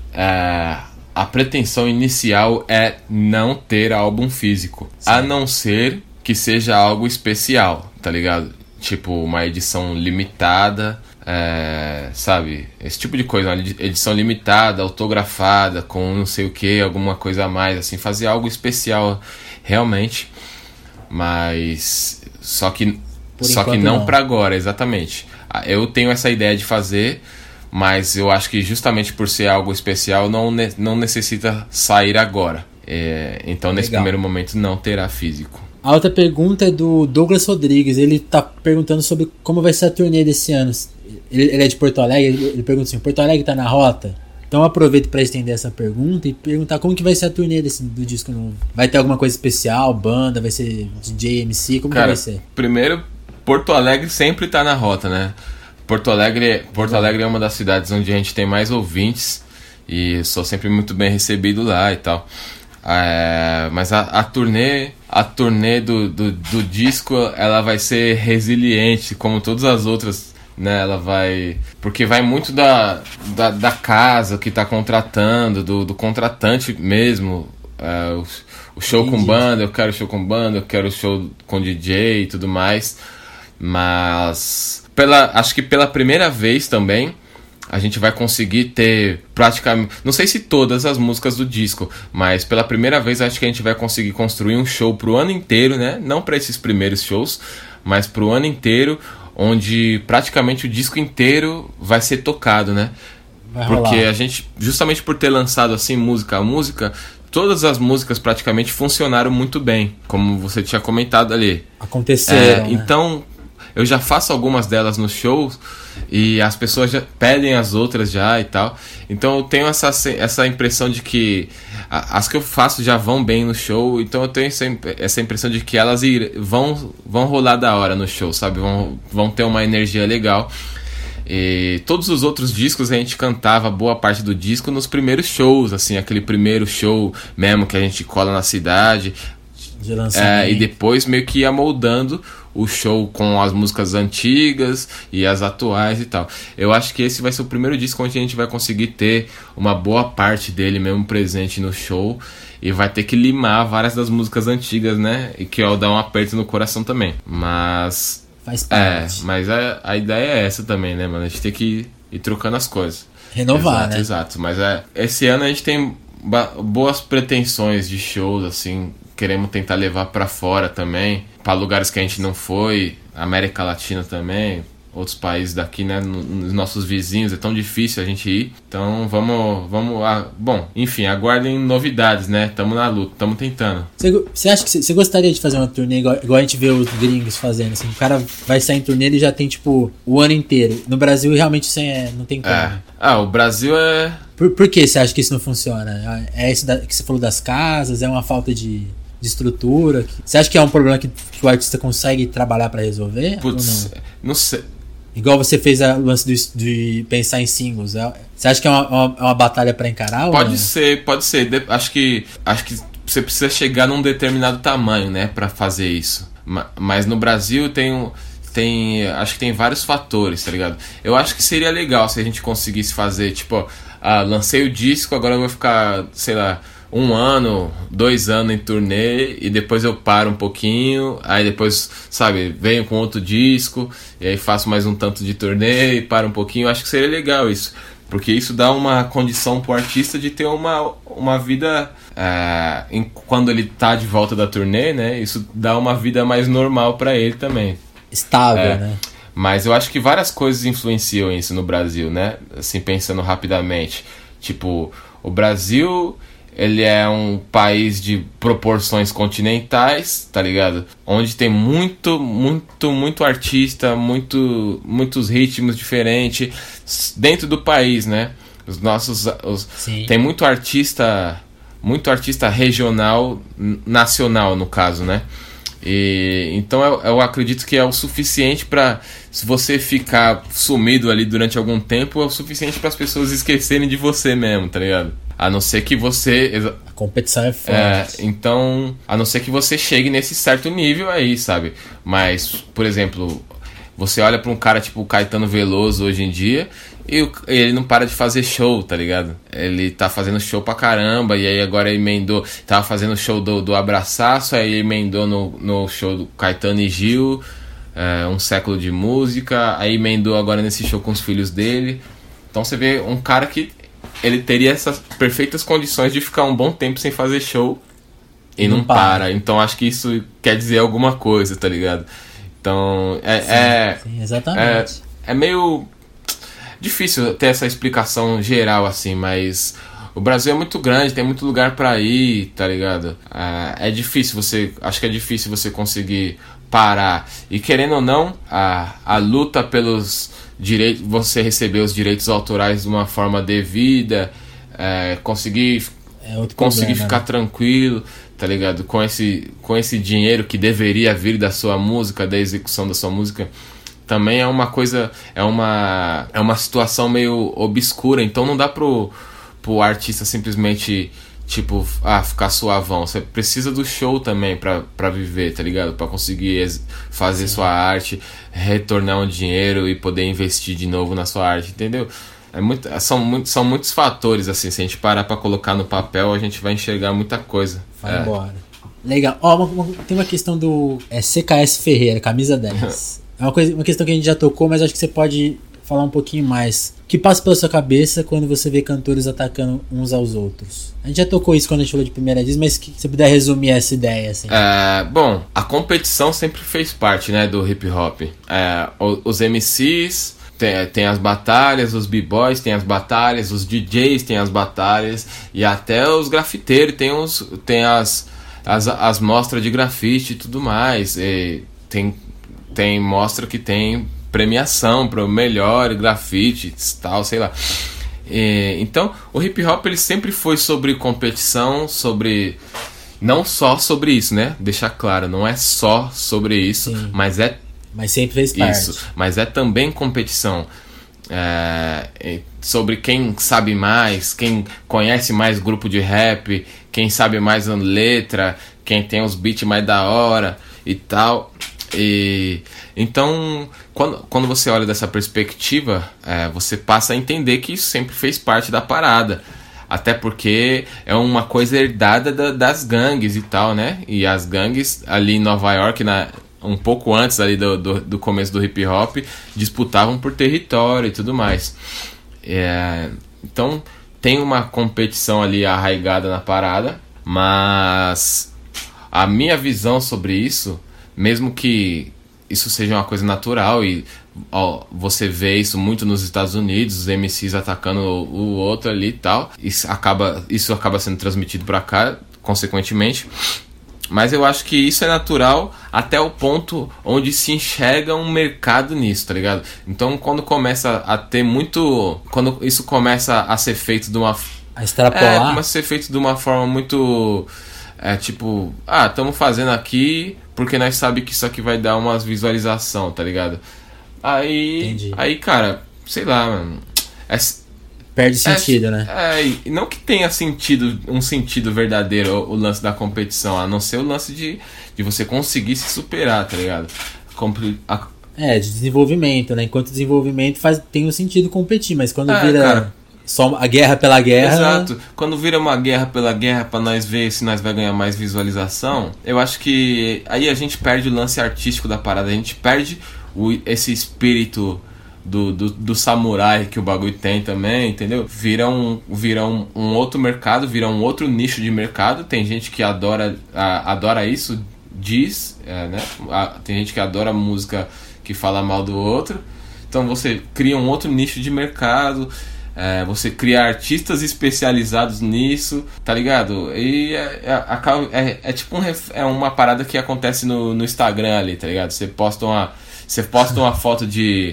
a pretensão inicial é não ter álbum físico. Sim. A não ser que seja algo especial, tá ligado? Tipo, uma edição limitada, sabe? Esse tipo de coisa, uma edição limitada, autografada, com não sei o que, alguma coisa a mais, assim, fazer algo especial realmente. Mas só que não pra agora, exatamente. Eu tenho essa ideia de fazer, mas eu acho que justamente por ser algo especial não necessita sair agora. Então nesse primeiro momento não terá físico. A outra pergunta é do Douglas Rodrigues. Ele tá perguntando sobre como vai ser a turnê desse ano. Ele é de Porto Alegre. Ele pergunta assim: Porto Alegre tá na rota? Então eu aproveito para estender essa pergunta e perguntar como que vai ser a turnê do disco novo. Vai ter alguma coisa especial? Banda? Vai ser DJ, MC? Como que vai ser? Primeiro, Porto Alegre sempre tá na rota, né? Porto Alegre é uma das cidades onde a gente tem mais ouvintes e sou sempre muito bem recebido lá e tal. Mas a turnê do disco, ela vai ser resiliente, como todas as outras, né? Ela vai... Porque vai muito da casa que tá contratando, do contratante mesmo. O show com banda, eu quero show com banda, eu quero show com DJ e tudo mais. Mas... acho que pela primeira vez também a gente vai conseguir ter praticamente, não sei se todas as músicas do disco, mas pela primeira vez acho que a gente vai conseguir construir um show pro ano inteiro, né? Não para esses primeiros shows, mas pro ano inteiro, onde praticamente o disco inteiro vai ser tocado, né? Porque a gente, justamente por ter lançado assim música a música, todas as músicas praticamente funcionaram muito bem, como você tinha comentado ali. Aconteceram, né? Então eu já faço algumas delas nos shows e as pessoas já pedem as outras já e tal. Então eu tenho essa impressão de que as que eu faço já vão bem no show. Então eu tenho essa impressão de que elas vão rolar da hora no show, sabe? Vão ter uma energia legal. E todos os outros discos a gente cantava boa parte do disco nos primeiros shows, assim, aquele primeiro show mesmo que a gente cola na cidade. De lançamento. E depois meio que ia moldando o show com as músicas antigas e as atuais e tal. Eu acho que esse vai ser o primeiro disco onde a gente vai conseguir ter uma boa parte dele mesmo presente no show e vai ter que limar várias das músicas antigas, né? E que dá um aperto no coração também. Mas... faz parte. Mas a ideia é essa também, né, mano? A gente tem que ir trocando as coisas. Renovar, né? Exato. Mas esse ano a gente tem boas pretensões de shows, assim... Queremos tentar levar pra fora também, pra lugares que a gente não foi, América Latina também, outros países daqui, né, nos nossos vizinhos, é tão difícil a gente ir. Então vamos bom, enfim, aguardem novidades, né, tamo na luta, tamo tentando. Você acha que você gostaria de fazer uma turnê igual a gente vê os gringos fazendo, assim, o cara vai sair em turnê e já tem, tipo, o ano inteiro. No Brasil realmente isso não tem como. O Brasil é... Por que você acha que isso não funciona? É isso que você falou das casas, é uma falta de estrutura? Você acha que é um problema que o artista consegue trabalhar pra resolver? Putz, não sei. Igual você fez o lance de pensar em singles. Você acha que é uma batalha pra encarar? Pode ser. Acho que você precisa chegar num determinado tamanho, né, pra fazer isso. Mas no Brasil acho que tem vários fatores, tá ligado? Eu acho que seria legal se a gente conseguisse fazer, tipo, lancei o disco, agora eu vou ficar, sei lá, 1 ano, 2 anos em turnê e depois eu paro um pouquinho, aí depois, sabe, venho com outro disco e aí faço mais um tanto de turnê e paro um pouquinho. Eu acho que seria legal isso, Porque isso dá uma condição pro artista de ter uma vida... quando ele tá de volta da turnê, né? Isso dá uma vida mais normal pra ele também. Estável, né? Mas eu acho que várias coisas influenciam isso no Brasil, né? Assim, pensando rapidamente. Tipo, o Brasil, ele é um país de proporções continentais, tá ligado? Onde tem muito artista, muitos ritmos diferentes dentro do país, né? Tem muito artista regional, nacional no caso, né? Então eu acredito que é o suficiente para, se você ficar sumido ali durante algum tempo, é o suficiente para as pessoas esquecerem de você mesmo, tá ligado? A não ser que você... A competição é forte. Então, a não ser que você chegue nesse certo nível aí, sabe? Mas, por exemplo, você olha pra um cara tipo o Caetano Veloso hoje em dia e ele não para de fazer show, tá ligado? Ele tá fazendo show pra caramba, e aí agora ele emendou... Tava fazendo show do Abraçaço, aí ele emendou no show do Caetano e Gil, um século de música, aí emendou agora nesse show com os filhos dele. Então você vê um cara que ele teria essas perfeitas condições de ficar um bom tempo sem fazer show e não para. Então acho que isso quer dizer alguma coisa, tá ligado? Então sim, exatamente. É meio difícil ter essa explicação geral assim, mas o Brasil é muito grande, tem muito lugar pra ir, tá ligado? Acho que é difícil você conseguir parar. E querendo ou não, a luta pelos direitos, você receber os direitos autorais de uma forma devida, conseguir ficar tranquilo, tá ligado? Com esse dinheiro que deveria vir da sua música, da execução da sua música, também é uma coisa, é uma situação meio obscura. Então não dá pro artista simplesmente tipo, ficar suavão. Você precisa do show também pra viver, tá ligado? Pra conseguir fazer sua arte, retornar um dinheiro e poder investir de novo na sua arte, entendeu? São muitos fatores, assim. Se a gente parar pra colocar no papel, a gente vai enxergar muita coisa. Vai embora. Legal. Tem uma questão do CKS Ferreira, camisa 10. É uma questão que a gente já tocou, mas acho que você pode falar um pouquinho mais. O que passa pela sua cabeça quando você vê cantores atacando uns aos outros? A gente já tocou isso quando a gente falou de primeira diz, mas se você puder resumir essa ideia, assim. Bom, a competição sempre fez parte, né, do hip hop. Os MCs tem as batalhas, os b-boys tem as batalhas, os DJs tem as batalhas, e até os grafiteiros tem as mostras de grafite e tudo mais. E tem mostra que tem premiação para o melhor grafite, tal, sei lá. Então, o hip hop ele sempre foi sobre competição, não só sobre isso, né? Deixar claro, não é só sobre isso, sim, mas sempre fez parte. Isso, mas é também competição. Sobre quem sabe mais, quem conhece mais grupo de rap, quem sabe mais a letra, quem tem os beats mais da hora e tal. Então, quando você olha dessa perspectiva, você passa a entender que isso sempre fez parte da parada. Até porque é uma coisa herdada das gangues e tal, né? E as gangues ali em Nova York, um pouco antes ali do começo do hip hop, disputavam por território e tudo mais. Então tem uma competição ali arraigada na parada, mas a minha visão sobre isso, mesmo que isso seja uma coisa natural, e você vê isso muito nos Estados Unidos, os MCs atacando o outro ali e tal, isso acaba sendo transmitido pra cá, consequentemente. Mas eu acho que isso é natural até o ponto onde se enxerga um mercado nisso, tá ligado? Então quando começa a ter muito... Quando isso começa a ser feito de uma... A extrapolar? Começa a ser feito de uma forma muito... tipo... estamos fazendo aqui porque nós sabemos que isso aqui vai dar umas visualização, tá ligado? Entendi. Aí, cara, sei lá, mano... Perde sentido, né? Não que tenha um sentido verdadeiro o lance da competição, a não ser o lance de você conseguir se superar, tá ligado? De desenvolvimento, né? Enquanto desenvolvimento tem um sentido competir, mas quando vira só a guerra pela guerra... Exato. Quando vira uma guerra pela guerra pra nós ver se nós vai ganhar mais visualização, eu acho que aí a gente perde o lance artístico da parada, a gente perde esse espírito do samurai que o bagulho tem também, entendeu? Vira um outro mercado, vira um outro nicho de mercado. Tem gente que adora isso, né? Tem gente que adora música que fala mal do outro. Então você cria um outro nicho de mercado, você cria artistas especializados nisso, tá ligado? E é tipo uma parada que acontece no Instagram ali, tá ligado? Você posta uma foto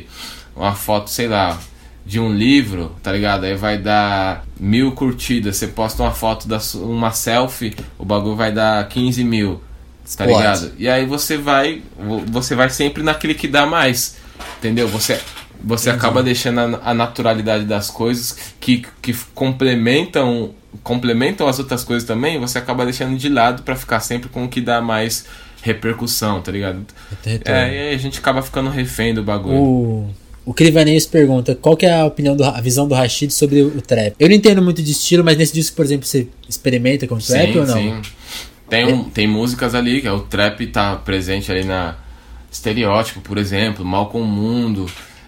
sei lá, de um livro, tá ligado? Aí vai dar 1.000 curtidas. Você posta uma foto uma selfie, o bagulho vai dar 15 mil, tá ligado? E aí você vai sempre naquele que dá mais, entendeu? Você acaba deixando a naturalidade das coisas que complementam as outras coisas também. Você acaba deixando de lado pra ficar sempre com o que dá mais repercussão, tá ligado? E aí a gente acaba ficando refém do bagulho. O Crivaneiros pergunta qual que é a visão do Rashid sobre o trap. Eu não entendo muito de estilo, mas nesse disco, por exemplo, você experimenta com o trap ou não? Sim. Tem músicas ali, que o trap tá presente ali na Estereótipo, por exemplo, Mal com o Mundo,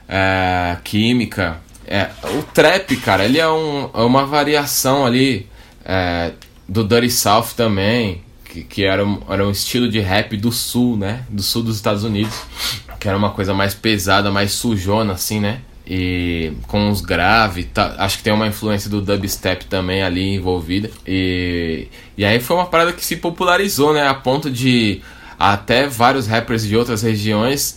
Química. O trap, cara, ele é uma variação ali do Dirty South também, que era um estilo de rap do sul, né? Do sul dos Estados Unidos, que era uma coisa mais pesada, mais sujona, assim, né? E com uns graves, acho que tem uma influência do dubstep também ali envolvida. E aí foi uma parada que se popularizou, né? A ponto de até vários rappers de outras regiões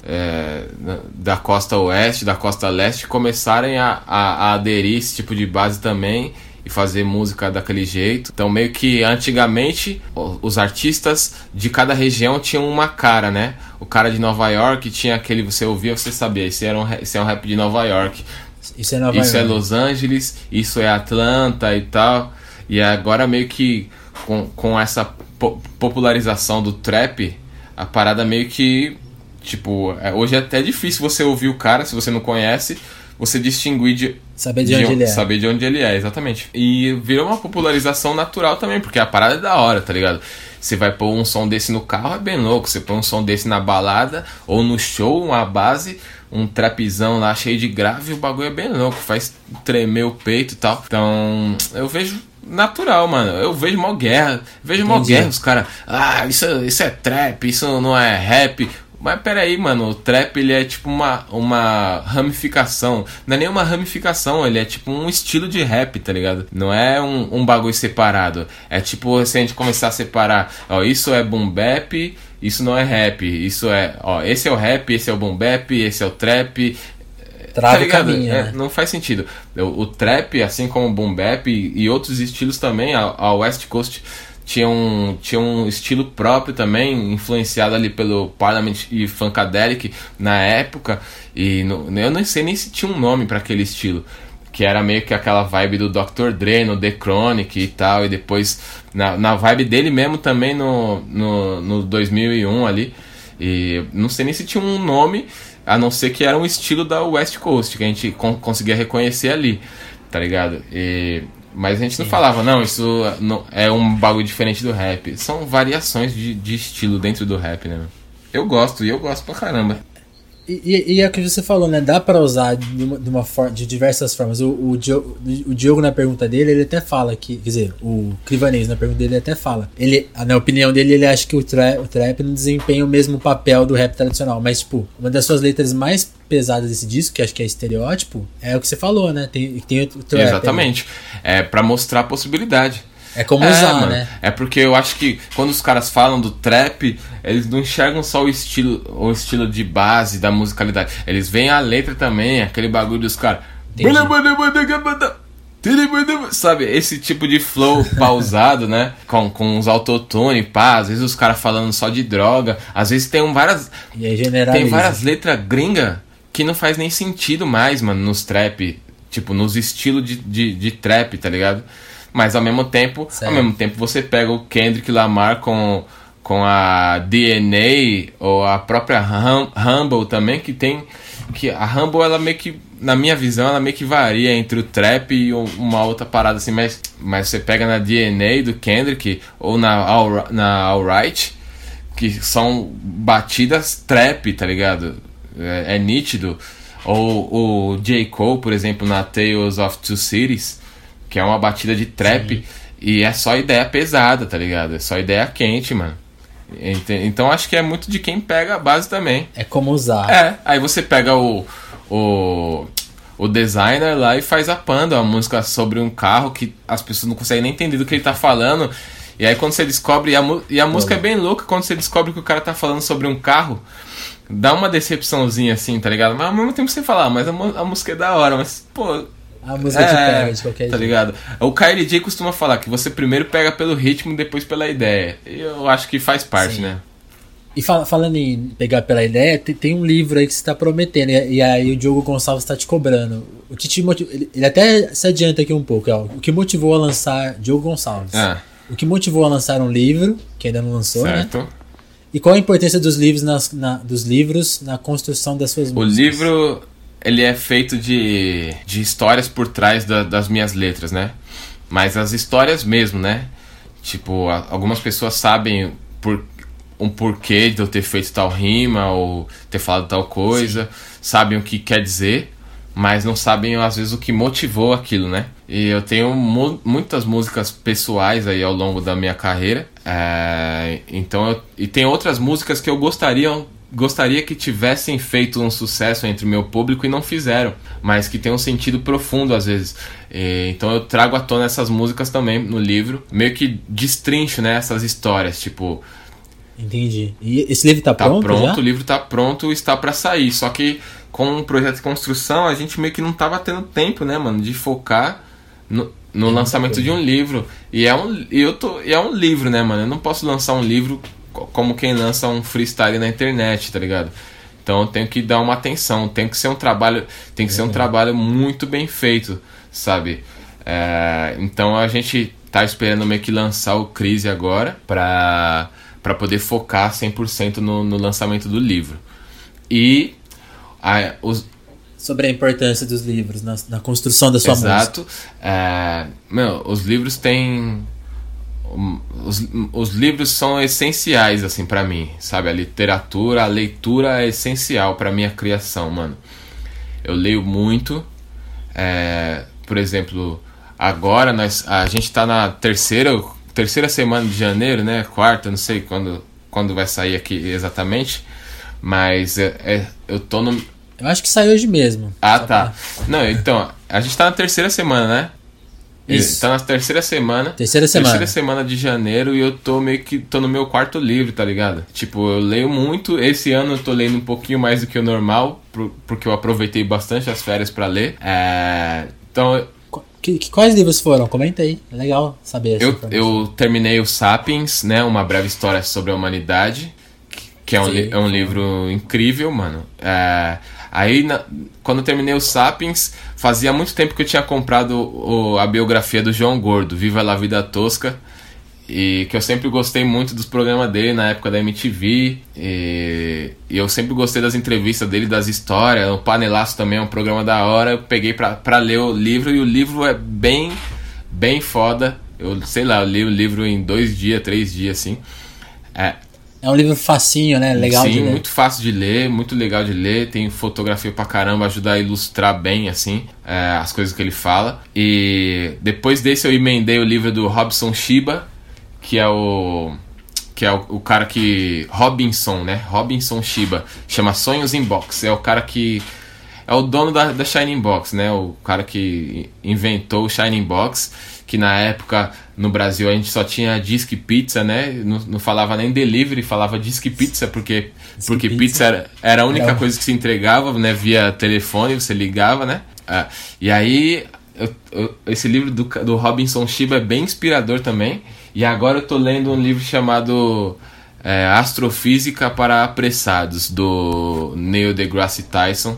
da costa oeste, da costa leste, começarem a aderir esse tipo de base também e fazer música daquele jeito. Então meio que antigamente os artistas de cada região tinham uma cara, né? O cara de Nova York tinha aquele, você ouvia, você sabia, esse é um rap de Nova York. Isso é Los Angeles, isso é Atlanta e tal. E agora meio que com essa popularização do trap, a parada meio que, tipo, hoje é até difícil você ouvir o cara, se você não conhece, você distinguir saber de onde ele é. Saber de onde ele é, exatamente. E virou uma popularização natural também, porque a parada é da hora, tá ligado? Você vai pôr um som desse no carro, é bem louco. Você põe um som desse na balada ou no show, uma base, um trapzão lá cheio de grave, o bagulho é bem louco, faz tremer o peito e tal. Então, eu vejo natural, mano. Eu vejo mó guerra. Os caras, isso é trap, isso não é rap. Mas peraí, mano, o trap ele é tipo uma ramificação. Não é nem uma ramificação, ele é tipo um estilo de rap, tá ligado? Não é um bagulho separado. É tipo, se a gente começar a separar, isso é boom bap, isso não é rap. Isso esse é o rap, esse é o boom bap, esse é o trap. Tá ligado? Caminho, né? Não faz sentido. O trap, assim como o boom bap e outros estilos também, a West Coast tinha um estilo próprio também, influenciado ali pelo Parliament e Funkadelic na época, e eu não sei nem se tinha um nome para aquele estilo, que era meio que aquela vibe do Dr. Dre no The Chronic e tal, e depois na vibe dele mesmo também no 2001 ali, e não sei nem se tinha um nome, a não ser que era um estilo da West Coast, que a gente conseguia reconhecer ali, tá ligado? Mas a gente não falava, não, isso não, é um bagulho diferente do rap. São variações de estilo dentro do rap, né? Eu gosto pra caramba. E é o que você falou, né? Dá pra usar de diversas formas. O Diogo, na pergunta dele, ele até fala que... Quer dizer, o Crivanês, na pergunta dele, ele até fala. Na opinião dele, ele acha que o trap não desempenha o mesmo papel do rap tradicional. Mas, tipo, uma das suas letras mais pesadas desse disco, que acho que é Estereótipo, é o que você falou, né? Tem o trap. Exatamente. É pra mostrar a possibilidade. É como usar, mano, né? É porque eu acho que quando os caras falam do trap, eles não enxergam só o estilo de base da musicalidade. Eles veem a letra também, aquele bagulho dos caras. Sabe, esse tipo de flow pausado, né? Com uns autotune, pá. Às vezes os caras falando só de droga. Às vezes tem várias letras gringa que não faz nem sentido mais, mano, nos trap. Tipo, nos estilos de trap, tá ligado? Mas ao mesmo tempo você pega o Kendrick Lamar com a DNA ou a própria Humble também, que a Humble, ela meio que, na minha visão, ela meio que varia entre o trap e uma outra parada assim, mas você pega na DNA do Kendrick ou na Alright, que são batidas trap, tá ligado? É nítido. Ou o J. Cole, por exemplo, na Tales of Two Cities, que é uma batida de trap, e é só ideia pesada, tá ligado? É só ideia quente, mano. Então acho que é muito de quem pega a base também. É como usar. Aí você pega o designer lá e faz a Panda, uma música sobre um carro que as pessoas não conseguem nem entender do que ele tá falando. E aí quando você descobre, e a música é bem louca, quando você descobre que o cara tá falando sobre um carro, dá uma decepçãozinha assim, tá ligado? Mas ao mesmo tempo você fala, mas a música é da hora, mas pô... A música te pega de qualquer jeito. Tá ligado? O KLJ costuma falar que você primeiro pega pelo ritmo e depois pela ideia. E eu acho que faz parte, né? E falando em pegar pela ideia, tem um livro aí que você tá prometendo, e aí o Diogo Gonçalves tá te cobrando. O que ele até se adianta aqui um pouco, ó. O que motivou a lançar Diogo Gonçalves? O que motivou a lançar um livro, que ainda não lançou, certo, né? E qual a importância dos livros na construção das suas músicas? O livro, ele é feito de histórias por trás das minhas letras, né? Mas as histórias mesmo, né? Tipo, algumas pessoas sabem um porquê de eu ter feito tal rima ou ter falado tal coisa, sabem o que quer dizer, mas não sabem às vezes o que motivou aquilo, né? E eu tenho muitas músicas pessoais aí ao longo da minha carreira, e tem outras músicas que eu gostaria que tivessem feito um sucesso entre o meu público e não fizeram, mas que tem um sentido profundo às vezes. Então eu trago à tona essas músicas também no livro, meio que destrincho, né, essas histórias, tipo... Entendi. E esse livro tá pronto já? O livro tá pronto, está pra sair. Só que com o projeto de construção, a gente meio que não tava tendo tempo, né, mano, de focar no lançamento de um livro. E é um livro, né, mano? Eu não posso lançar um livro como quem lança um freestyle na internet, tá ligado? Então eu tenho que dar uma atenção, tem que ser um trabalho muito bem feito, sabe? Então a gente tá esperando meio que lançar o Crise agora pra poder focar 100% no lançamento do livro. E sobre a importância dos livros na construção da sua música. Exato. Os livros têm... Os livros são essenciais, assim, pra mim, sabe? A leitura é essencial pra minha criação, mano. Eu leio muito. Por exemplo, agora a gente tá na terceira semana de janeiro, né? Quarta, não sei quando vai sair aqui exatamente. Mas eu tô no... Eu acho que sai hoje mesmo. Tá. Não, então, a gente tá na terceira semana, né? Isso. Tá na terceira semana de janeiro e eu tô meio que no meu quarto livro, tá ligado? Tipo, eu leio muito. Esse ano eu tô lendo um pouquinho mais do que o normal, porque eu aproveitei bastante as férias pra ler. Então... Quais livros foram? Comenta aí, é legal saber. Eu terminei o Sapiens, né? Uma breve história sobre a humanidade, que é um livro incrível, mano. Aí, quando eu terminei o Sapiens, fazia muito tempo que eu tinha comprado a biografia do João Gordo, Viva la Vida Tosca, e que eu sempre gostei muito dos programas dele na época da MTV, e eu sempre gostei das entrevistas dele, das histórias. O Panelaço também é um programa da hora. Eu peguei pra ler o livro, e o livro é bem, bem foda. Eu li o livro em 2 dias, 3 dias, assim. É um livro facinho, né? Legal de ler. Sim, muito fácil de ler, muito legal de ler. Tem fotografia pra caramba, ajuda a ilustrar bem, assim, as coisas que ele fala. E depois desse eu emendei o livro do Robson Shiba, que é o cara que... Robinson, né? Robinson Shiba. Chama Sonhos in Box. É o cara que... É o dono da Shining Box, né? O cara que inventou o Shining Box, que na época no Brasil a gente só tinha Disque Pizza, né? Não falava nem delivery, falava Disque Pizza, porque pizza era a única coisa que se entregava, né? Via telefone, você ligava, né? E aí, esse livro do Robinson Shiba é bem inspirador também. E agora eu tô lendo um livro chamado Astrofísica para Apressados, do Neil deGrasse Tyson,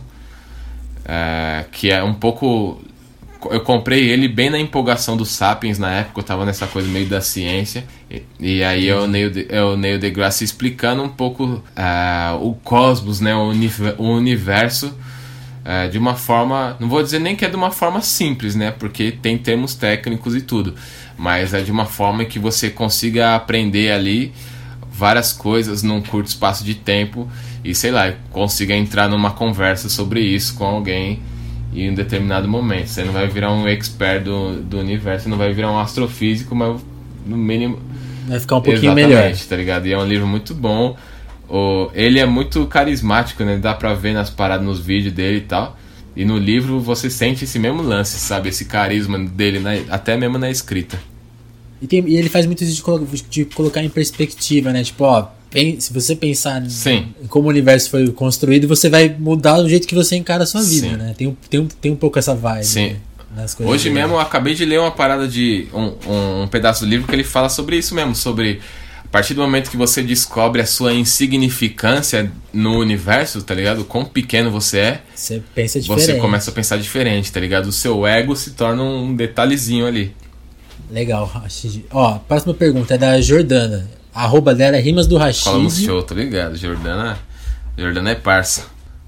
que é um pouco... Eu comprei ele bem na empolgação do Sapiens na época, eu tava nessa coisa meio da ciência, e aí é o Neil deGrasse explicando um pouco o cosmos, né, o universo, de uma forma, não vou dizer nem que é de uma forma simples, né, porque tem termos técnicos e tudo, mas é de uma forma que você consiga aprender ali várias coisas num curto espaço de tempo e sei lá, consiga entrar numa conversa sobre isso com alguém em um determinado momento. Você não vai virar um expert do universo, não vai virar um astrofísico, mas no mínimo vai ficar um pouquinho melhor, tá ligado? E é um livro muito bom. Ele é muito carismático, né? Dá pra ver nas paradas, nos vídeos dele e tal. E no livro você sente esse mesmo lance, sabe? Esse carisma dele, até mesmo na escrita. E ele faz muito isso de colocar em perspectiva, né? Tipo, ó, se você pensar em como o universo foi construído, você vai mudar do jeito que você encara a sua vida, né? Tem um pouco essa vibe. Sim. Né? Nas coisas Hoje mesmo eu acabei de ler uma parada de um pedaço do livro que ele fala sobre isso mesmo, sobre a partir do momento que você descobre a sua insignificância no universo, tá ligado? Quão pequeno você é, você pensa diferente. Você começa a pensar diferente, tá ligado? O seu ego se torna um detalhezinho ali. Legal, Rashid. Ó, próxima pergunta é da Jordana. A arroba dela é Rimas do Rashid. Fala no show, tá ligado? Jordana é parça.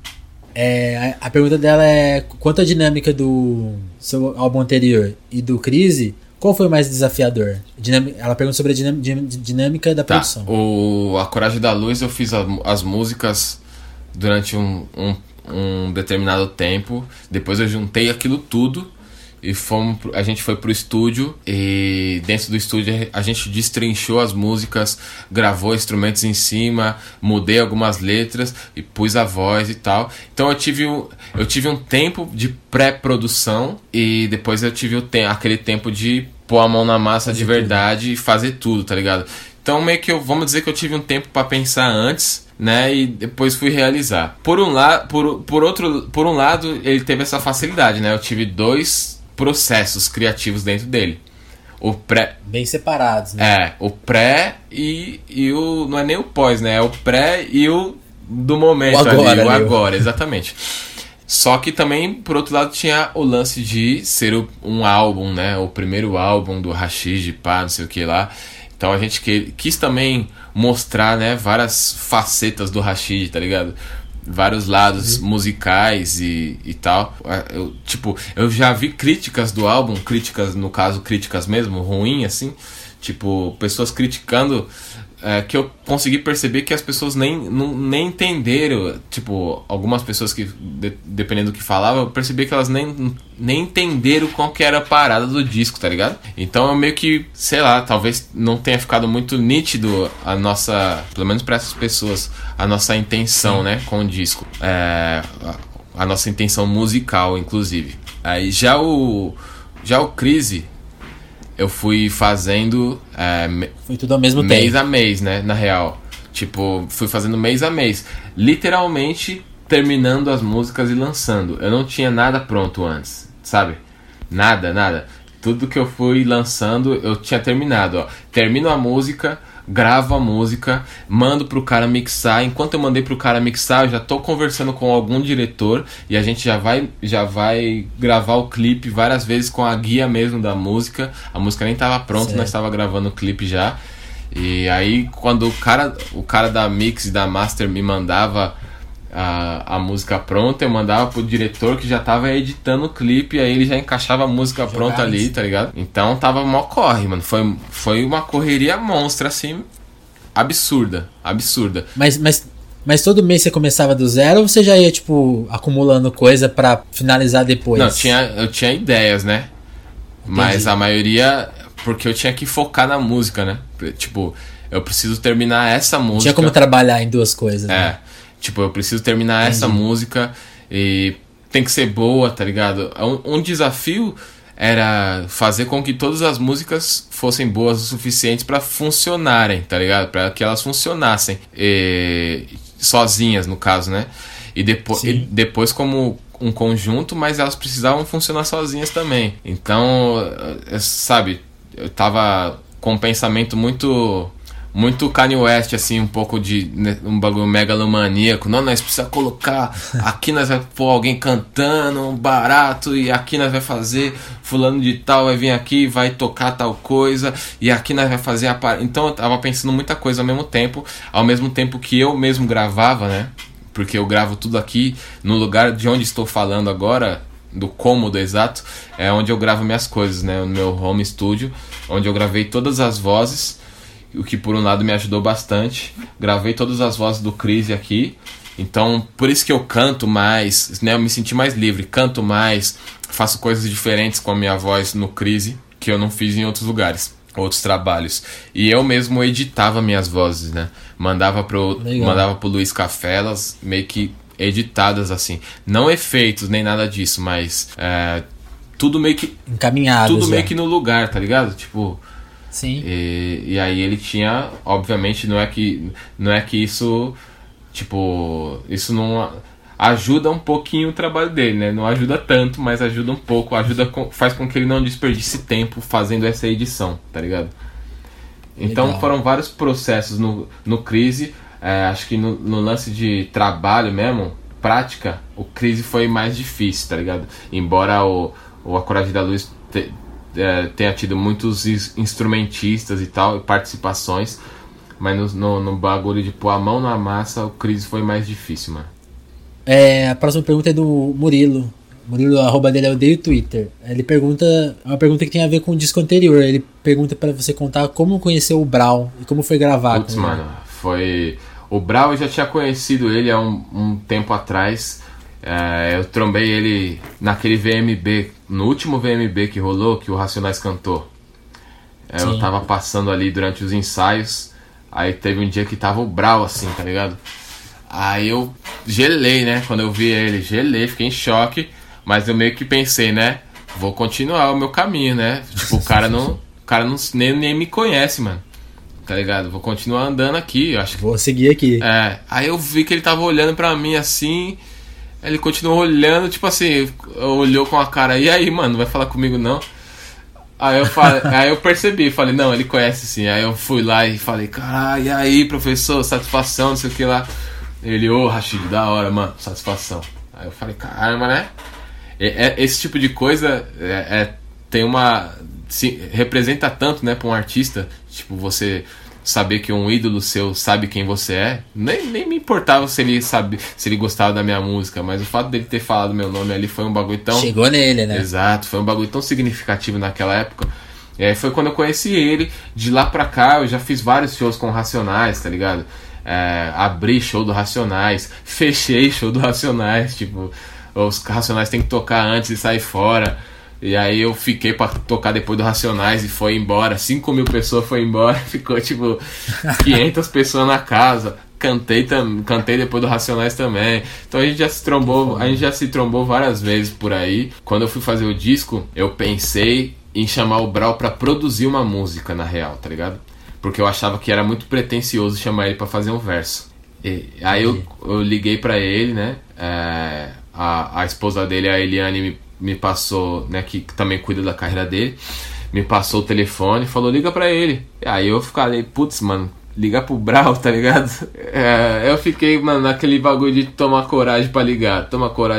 A pergunta dela é: quanto à dinâmica do seu álbum anterior e do Crise, qual foi o mais desafiador? Ela pergunta sobre a dinâmica da produção. A Coragem da Luz, eu fiz as músicas durante um determinado tempo. Depois eu juntei aquilo tudo e a gente foi pro estúdio. E dentro do estúdio a gente destrinchou as músicas, gravou instrumentos em cima, mudei algumas letras e pus a voz e tal. Então eu tive um tempo de pré-produção e depois eu tive aquele tempo de pôr a mão na massa de verdade e fazer tudo, tá ligado? Então meio que vamos dizer que eu tive um tempo pra pensar antes, né, e depois fui realizar. Por um lado, ele teve essa facilidade, né? Eu tive 2 processos criativos dentro dele. O pré... Bem separados, né? O pré e o... Não é nem o pós, né? É o pré e o do momento o agora, exatamente. Só que também, por outro lado, tinha o lance de ser um álbum, né? O primeiro álbum do Rashid, pá, não sei o que lá. Então a gente quis também mostrar, né, várias facetas do Rashid, tá ligado? Vários lados musicais e tal. Eu já vi críticas do álbum, no caso críticas mesmo, ruim assim, tipo, pessoas criticando, que eu consegui perceber que as pessoas nem entenderam, tipo, algumas pessoas que, dependendo do que falavam, eu percebi que elas nem entenderam qual que era a parada do disco, tá ligado? Então eu meio que, sei lá, talvez não tenha ficado muito nítido a nossa, pelo menos para essas pessoas, a nossa intenção, né, com o disco. A nossa intenção musical, inclusive. Aí já o Crise, eu fui fazendo foi tudo ao mesmo mês tempo. A mês, né? Na real. Tipo, fui fazendo mês a mês. Literalmente terminando as músicas e lançando. Eu não tinha nada pronto antes, sabe? Nada. Tudo que eu fui lançando, eu tinha terminado, ó. Termino a música, gravo a música, mando pro cara mixar. Enquanto eu mandei pro cara mixar, eu já tô conversando com algum diretor e a gente já vai gravar o clipe várias vezes com a guia mesmo da música. A música nem tava pronta, nós tava gravando o clipe já. E aí quando o cara da mix e da master me mandava a música pronta, eu mandava pro diretor que já tava editando o clipe, aí ele já encaixava a música pronta ali, tá ligado? Então tava mó corre, mano. Foi uma correria monstra, assim, absurda. Mas todo mês você começava do zero ou você já ia, tipo, acumulando coisa pra finalizar depois? Não, eu tinha ideias, né? Entendi. Mas a maioria, porque eu tinha que focar na música, né? Tipo, eu preciso terminar essa música. Tinha como trabalhar em 2 coisas, né? Tipo, eu preciso terminar essa música e tem que ser boa, tá ligado? Um desafio era fazer com que todas as músicas fossem boas o suficiente pra funcionarem, tá ligado? Pra que elas funcionassem sozinhas, no caso, né? E depois como um conjunto, mas elas precisavam funcionar sozinhas também. Então, sabe, eu tava com um pensamento muito Kanye West, assim, um pouco de um bagulho megalomaníaco. Não, nós precisamos colocar aqui, nós vai pôr alguém cantando barato, e aqui nós vai fazer fulano de tal vai vir aqui, vai tocar tal coisa, e aqui nós vai fazer então eu tava pensando muita coisa ao mesmo tempo que eu mesmo gravava, né? Porque eu gravo tudo aqui no lugar de onde estou falando agora, do cômodo exato, é onde eu gravo minhas coisas, né? No meu home studio, onde eu gravei todas as vozes, o que por um lado me ajudou bastante. Gravei todas as vozes do Crise aqui Então, por isso que eu canto mais, né? Eu me senti mais livre, canto mais, faço coisas diferentes com a minha voz no Crise, que eu não fiz em outros lugares, outros trabalhos. E eu mesmo editava minhas vozes, né? Mandava pro Luiz Cafelas, meio que editadas assim. Não efeitos, nem nada disso, mas tudo meio que... encaminhado. Tudo meio que no lugar, tá ligado? Tipo... Sim. E aí ele tinha... Obviamente, não é que isso... Tipo... Isso não... Ajuda um pouquinho o trabalho dele, né? Não ajuda tanto, mas ajuda um pouco. Faz com que ele não desperdice tempo fazendo essa edição, tá ligado? Então legal. Foram vários processos no Crise. Acho que no lance de trabalho mesmo, prática, o Crise foi mais difícil, tá ligado? Embora o A Coragem da Luz tenha tido muitos instrumentistas e tal, e participações, mas no bagulho de pôr a mão na massa, o Crise foi mais difícil, mano. A próxima pergunta é do Murilo. Murilo, a arroba dele é Odeio Twitter. Ele pergunta, é uma pergunta que tem a ver com o disco anterior. Ele pergunta pra você contar como conheceu o Brau e como foi gravar. Putz, mano, foi... O Brau eu já tinha conhecido ele há um tempo atrás. Eu trombei ele naquele VMB, no último VMB que rolou, que o Racionais cantou. Eu tava passando ali durante os ensaios. Aí teve um dia que tava o Brau assim, tá ligado? Aí eu gelei, né? Quando eu vi ele, fiquei em choque. Mas eu meio que pensei, né? Vou continuar o meu caminho, né? Tipo, o cara nem me conhece, mano. Tá ligado? Vou continuar andando aqui, eu acho que... Vou seguir aqui. Aí eu vi que ele tava olhando pra mim assim. Ele continuou olhando, tipo assim, olhou com a cara, e aí, mano, não vai falar comigo não? Aí eu percebi, falei, não, ele conhece sim. Aí eu fui lá e falei, caralho, e aí, professor, satisfação, não sei o que lá. Ele, Rashid, da hora, mano, satisfação. Aí eu falei, caramba, né? Esse tipo de coisa tem uma... representa tanto, né, pra um artista. Tipo, você saber que um ídolo seu sabe quem você é. Nem me importava se ele gostava da minha música, mas o fato dele ter falado meu nome ali foi um bagulho tão... Chegou nele, né? Exato, foi um bagulho tão significativo naquela época. E aí foi quando eu conheci ele. De lá pra cá eu já fiz vários shows com Racionais, tá ligado? Abri show do Racionais, fechei show do Racionais, tipo, os Racionais tem que tocar antes e sair fora. E aí eu fiquei pra tocar depois do Racionais e foi embora. 5.000 pessoas foi embora, ficou tipo 500 pessoas na casa. Cantei depois do Racionais também. Então a gente já se trombou várias vezes por aí. Quando eu fui fazer o disco, eu pensei em chamar o Brau pra produzir uma música, na real, tá ligado? Porque eu achava que era muito pretensioso chamar ele pra fazer um verso. Aí eu liguei pra ele, né? A esposa dele, a Eliane, me passou, né, que também cuida da carreira dele, me passou o telefone e falou, liga pra ele. Aí eu falei, putz, mano, ligar pro Brau, tá ligado? Eu fiquei, mano, naquele bagulho de tomar coragem pra ligar.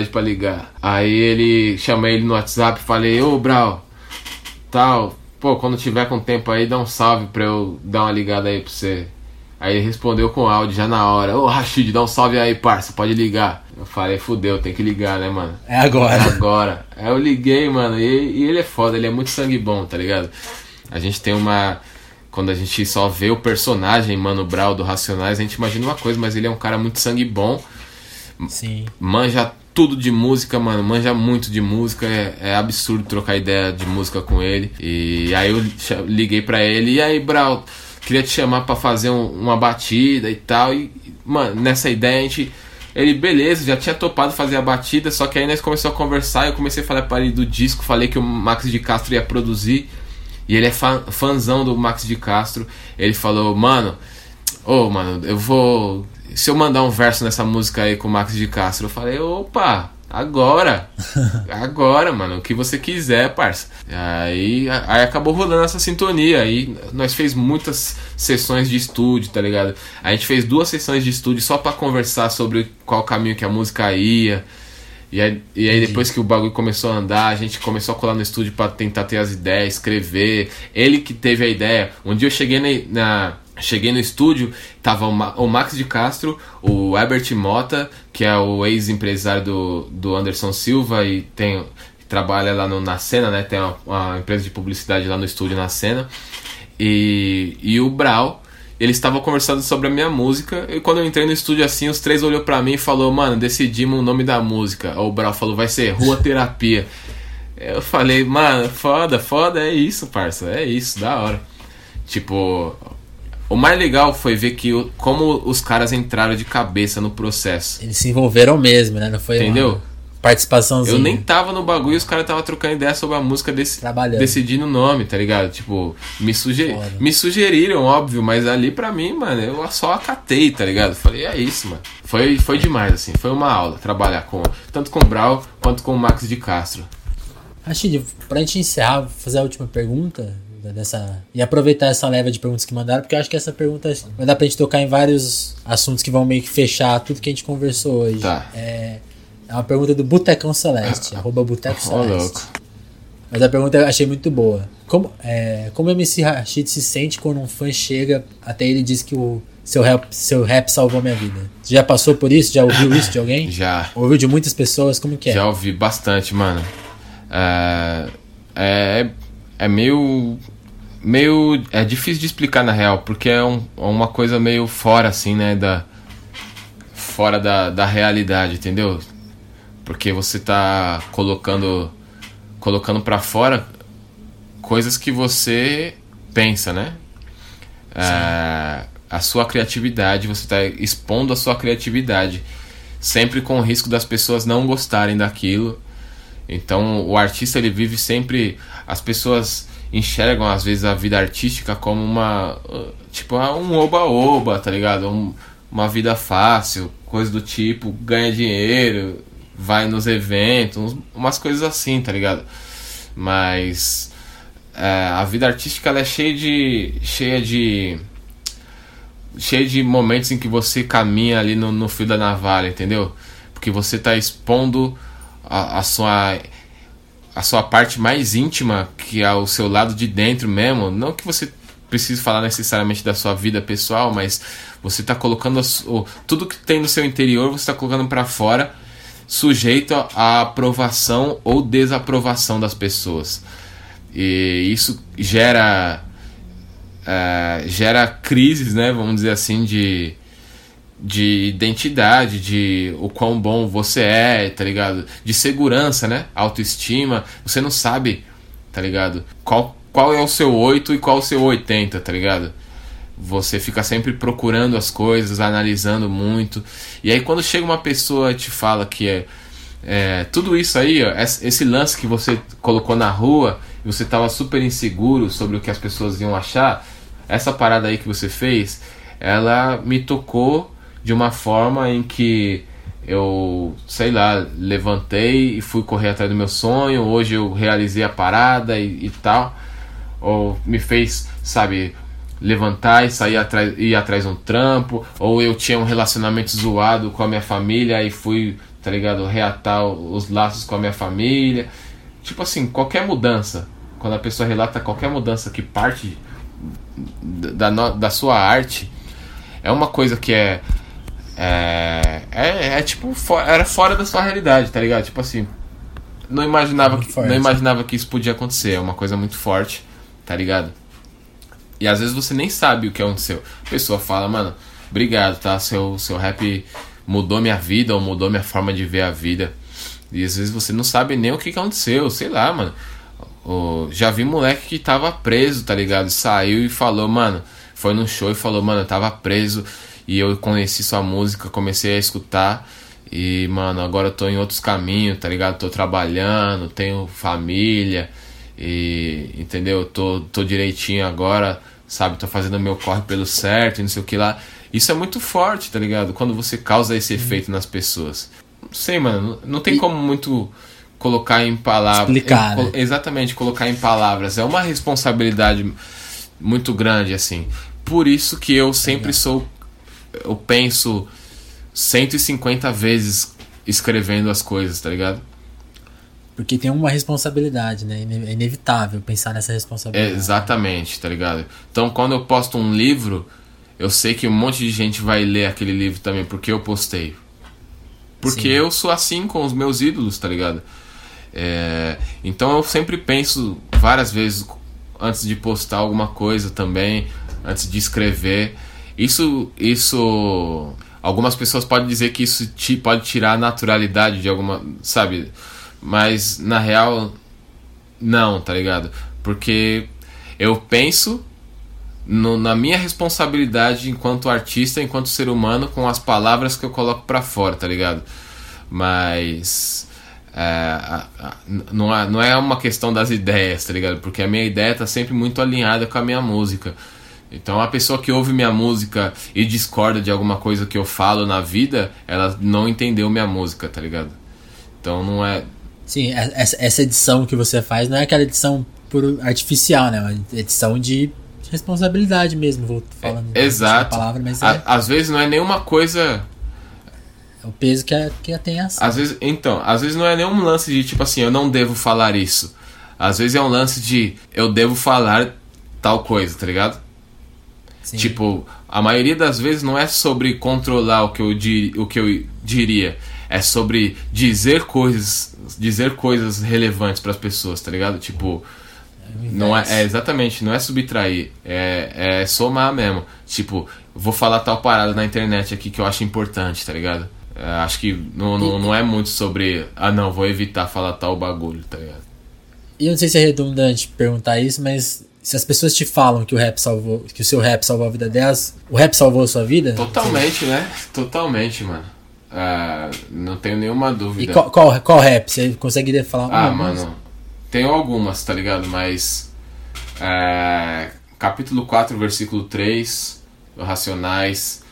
Aí chamei ele no WhatsApp e falei, Brau, tal, pô, quando tiver com tempo aí, dá um salve pra eu dar uma ligada aí pra você. Aí ele respondeu com áudio já na hora, Rashid, dá um salve aí, parça, pode ligar. Eu falei, fudeu, tem que ligar, né, mano? É agora. Aí eu liguei, mano, e ele é foda, ele é muito sangue bom, tá ligado? A gente tem quando a gente só vê o personagem Mano Brau do Racionais, a gente imagina uma coisa, mas ele é um cara muito sangue bom. Sim. Manja tudo de música, mano, manja muito de música, é absurdo trocar ideia de música com ele. E aí eu liguei pra ele, e aí, Brau, queria te chamar pra fazer uma batida e tal. E, mano, nessa ideia ele, beleza, já tinha topado fazer a batida, só que aí nós começamos a conversar, eu comecei a falar para ele do disco, falei que o Max de Castro ia produzir, e ele é fãzão do Max de Castro. Ele falou, mano, se eu mandar um verso nessa música aí com o Max de Castro, eu falei, opa, agora, mano, o que você quiser, parça. Aí acabou rolando essa sintonia. Aí nós fez muitas sessões de estúdio, tá ligado? A gente fez 2 sessões de estúdio só pra conversar sobre qual caminho que a música ia. E aí depois que o bagulho começou a andar, a gente começou a colar no estúdio pra tentar ter as ideias, escrever. Ele que teve a ideia. Um dia eu cheguei no estúdio, tava o Max de Castro, o Herbert Mota, que é o ex-empresário do Anderson Silva e trabalha lá na Cena, né? Tem uma empresa de publicidade lá no estúdio na Cena. E o Brau, eles estavam conversando sobre a minha música. E quando eu entrei no estúdio assim, os três olhou pra mim e falou: mano, decidimos o nome da música. O Brau falou: vai ser Rua Terapia. Eu falei: mano, foda, é isso, parça, é isso, da hora. Tipo, o mais legal foi ver como os caras entraram de cabeça no processo. Eles se envolveram mesmo, né? Não foi entendeu? Uma participaçãozinha. Eu nem tava no bagulho e os caras estavam trocando ideia sobre a música, decidindo o nome, tá ligado? Tipo, me sugeriram, óbvio, mas ali pra mim, mano, eu só acatei, tá ligado? Falei: é isso, mano. Foi demais, assim, foi uma aula trabalhar tanto com o Brau quanto com o Max de Castro. Rashid, pra gente encerrar, fazer a última pergunta e aproveitar essa leva de perguntas que mandaram, porque eu acho que essa pergunta vai dar pra gente tocar em vários assuntos que vão meio que fechar tudo que a gente conversou hoje. Tá. É uma pergunta do Botecão Celeste, @Boteco Celeste. Mas a pergunta eu achei muito boa. Como o MC Rashid se sente quando um fã chega até ele e diz que o seu rap salvou minha vida? Você já passou por isso? Já ouviu isso de alguém? Já. Ouviu de muitas pessoas? Como que é? Já ouvi bastante, mano. É meio é difícil de explicar na real, porque é uma coisa meio fora assim, né, fora da realidade, entendeu? Porque você tá colocando pra fora coisas que você pensa, né? A sua criatividade, você tá expondo a sua criatividade, sempre com o risco das pessoas não gostarem daquilo. Então o artista, ele vive sempre... As pessoas enxergam às vezes a vida artística como um oba-oba, tá ligado? Uma vida fácil, coisa do tipo, ganha dinheiro, vai nos eventos, umas coisas assim, tá ligado? Mas a vida artística, ela é cheia de momentos em que você caminha ali no fio da navalha, entendeu? Porque você tá expondo a sua parte mais íntima, que é o seu lado de dentro mesmo. Não que você precise falar necessariamente da sua vida pessoal, mas você tá colocando tudo que tem no seu interior, você tá colocando pra fora, sujeito à aprovação ou desaprovação das pessoas. E isso gera crises, né, vamos dizer assim, de identidade, de o quão bom você é, tá ligado? De segurança, né? Autoestima. Você não sabe, tá ligado? Qual é o seu 8 e qual o seu 80, tá ligado? Você fica sempre procurando as coisas, analisando muito. E aí quando chega uma pessoa e te fala que tudo isso aí, ó, esse lance que você colocou na rua e você tava super inseguro sobre o que as pessoas iam achar, essa parada aí que você fez, ela me tocou de uma forma em que eu, sei lá, levantei e fui correr atrás do meu sonho. Hoje eu realizei a parada e tal. Ou me fez, sabe, levantar e ir atrás de um trampo. Ou eu tinha um relacionamento zoado com a minha família e fui, tá ligado, reatar os laços com a minha família. Tipo assim, qualquer mudança, quando a pessoa relata qualquer mudança que parte da sua arte, é uma coisa que tipo, era fora da sua realidade, tá ligado? Tipo assim, não imaginava que isso podia acontecer. É uma coisa muito forte, tá ligado? E às vezes você nem sabe o que aconteceu. A pessoa fala: mano, obrigado, tá? Seu rap mudou minha vida, ou mudou minha forma de ver a vida. E às vezes você não sabe nem o que aconteceu, sei lá, mano. Já vi moleque que tava preso, tá ligado? Saiu e falou, mano, foi num show e falou: mano, eu tava preso e eu conheci sua música, comecei a escutar e, mano, agora eu tô em outros caminhos, tá ligado? Tô trabalhando, tenho família e, entendeu? Tô direitinho agora, sabe? Tô fazendo meu corre pelo certo e não sei o que lá. Isso é muito forte, tá ligado? Quando você causa esse efeito nas pessoas. Não sei, mano, não tem como muito colocar em palavras. Explicar, né? Exatamente, colocar em palavras. É uma responsabilidade muito grande, assim. Por isso que eu sempre eu penso 150 vezes escrevendo as coisas, tá ligado? Porque tem uma responsabilidade, né? É inevitável pensar nessa responsabilidade. Exatamente, tá ligado? Então, quando eu posto um livro, eu sei que um monte de gente vai ler aquele livro também, porque eu postei. Porque eu sou assim com os meus ídolos, tá ligado? Então eu sempre penso várias vezes antes de postar alguma coisa também, antes de escrever. Isso algumas pessoas podem dizer que isso pode tirar a naturalidade de alguma, sabe? Mas na real não, tá ligado? Porque eu penso na minha responsabilidade enquanto artista, enquanto ser humano, com as palavras que eu coloco pra fora, tá ligado? Mas não é uma questão das ideias, tá ligado? Porque a minha ideia tá sempre muito alinhada com a minha música. Então a pessoa que ouve minha música e discorda de alguma coisa que eu falo na vida, ela não entendeu minha música, tá ligado? Então não é... Sim, essa edição que você faz não é aquela edição por artificial, né? É uma edição de responsabilidade mesmo, vou falando. Exato. Palavra, mas às vezes não é nenhuma coisa... É o peso que tem ação. Às vezes não é nenhum lance de tipo assim, eu não devo falar isso. Às vezes é um lance de eu devo falar tal coisa, tá ligado? Sim. Tipo, a maioria das vezes não é sobre controlar o que eu diria. É sobre dizer coisas relevantes pras pessoas, tá ligado? Tipo, não é exatamente, não é subtrair, é somar mesmo. Tipo, vou falar tal parada na internet aqui que eu acho importante, tá ligado? Acho que não é muito sobre, não, vou evitar falar tal bagulho, tá ligado? E eu não sei se é redundante perguntar isso, mas se as pessoas te falam que o seu rap salvou a vida delas, o rap salvou a sua vida? Totalmente, né? Totalmente, mano. Não tenho nenhuma dúvida. E qual rap? Você conseguiria falar? Mano, tenho algumas, tá ligado? Mas capítulo 4, versículo 3 do Racionais,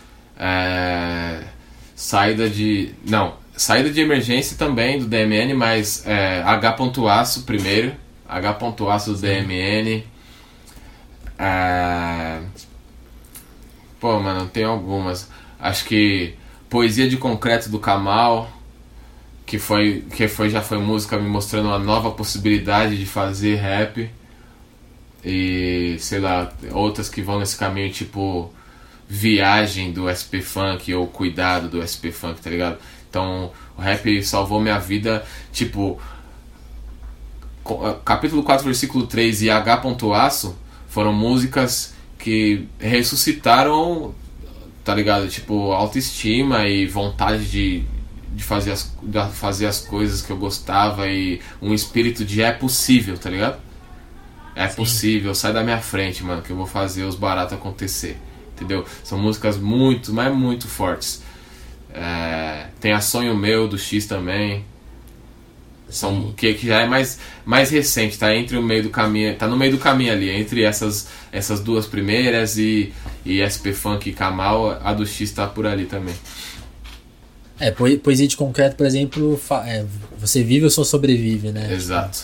saída de emergência também do DMN, mas H.Aço primeiro, H.Aço do DMN. Pô, mano, tem algumas. Acho que Poesia de Concreto do Kamal, que já foi música me mostrando uma nova possibilidade de fazer rap. E sei lá, outras que vão nesse caminho, tipo Viagem do SP Funk ou Cuidado do SP Funk, tá ligado? Então o rap salvou minha vida. Tipo, capítulo 4, versículo 3 e H.Aço foram músicas que ressuscitaram, tá ligado? Tipo, autoestima e vontade de fazer as coisas que eu gostava e um espírito de é possível, tá ligado? É Sim. possível, sai da minha frente, mano, que eu vou fazer os baratos acontecer, entendeu? São músicas muito, mas muito fortes. Tem A Sonho Meu, do X também. Que já é mais recente, tá entre o meio do caminho, tá no meio do caminho ali, entre essas duas primeiras e SP Funk e Kamal, a do X tá por ali também. Poesia de Concreto, por exemplo, você vive ou só sobrevive, né? Exato.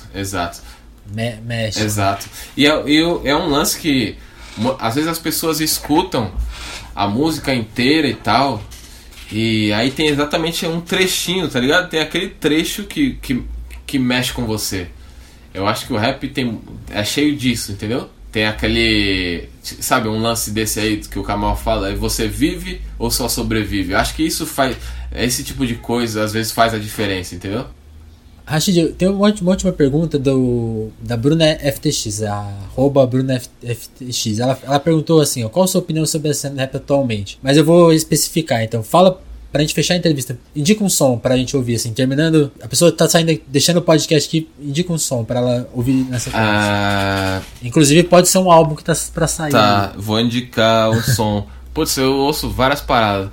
Mexe. Exato. E é um lance que às vezes as pessoas escutam a música inteira e tal, e aí tem exatamente um trechinho, tá ligado? Tem aquele trecho que mexe com você. Eu acho que o rap é cheio disso, entendeu? Tem aquele, sabe, um lance desse aí que o Kamal fala, você vive ou só sobrevive? Eu acho que isso esse tipo de coisa às vezes faz a diferença, entendeu? Rashid, tem uma última pergunta da Bruna FTX, Bruna FTX. Ela perguntou assim, qual a sua opinião sobre a cena rap atualmente? Mas eu vou especificar, então fala pra gente fechar a entrevista. Indica um som pra gente ouvir, assim, terminando. A pessoa tá saindo, deixando o podcast aqui, indica um som pra ela ouvir nessa parte. Inclusive pode ser um álbum que tá pra sair. Tá, vou indicar um som. Putz, eu ouço várias paradas.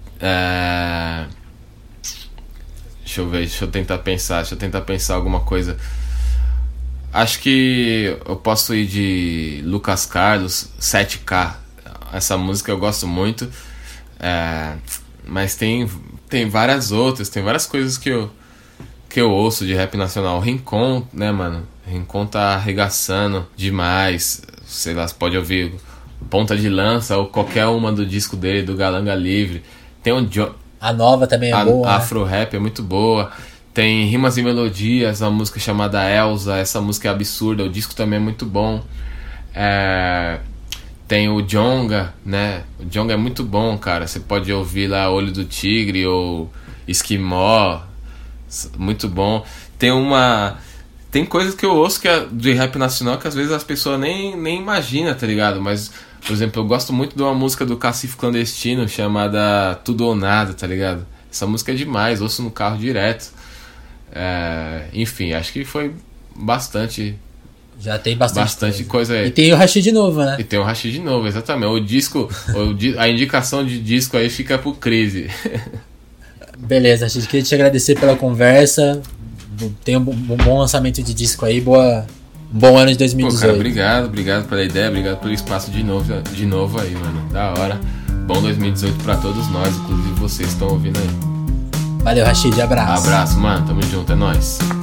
Deixa eu ver, deixa eu tentar pensar alguma coisa. Acho que eu posso ir de Lucas Carlos, 7K. Essa música eu gosto muito. Mas tem várias outras, tem várias coisas que eu ouço de rap nacional. Rincon, né, mano? Rincon tá arregaçando demais. Sei lá, você pode ouvir Ponta de Lança ou qualquer uma do disco dele, do Galanga Livre. Tem a nova também é boa. A Afro Rap é muito boa. Tem Rimas e Melodias, uma música chamada Elza. Essa música é absurda, o disco também é muito bom. Tem o Djonga, né? O Djonga é muito bom, cara. Você pode ouvir lá Olho do Tigre ou Esquimó. Muito bom. Tem coisas que eu ouço que é de rap nacional que às vezes as pessoas nem imaginam, tá ligado? Mas Por exemplo, eu gosto muito de uma música do Cacifo Clandestino chamada Tudo ou Nada, tá ligado? Essa música é demais, ouço no carro direto. Enfim, acho que foi bastante... Já tem bastante coisa aí. E tem o Rashid de novo, né? E tem o Rashid de novo, exatamente. O disco, a indicação de disco aí fica pro Crise. Beleza, Rashid, queria te agradecer pela conversa. Tenha um bom lançamento de disco aí, um bom ano de 2018. Pô, cara, obrigado pela ideia, obrigado pelo espaço de novo aí, mano. Da hora. Bom 2018 pra todos nós, inclusive vocês que estão ouvindo aí. Valeu, Rashid, abraço. Abraço, mano, tamo junto, é nóis.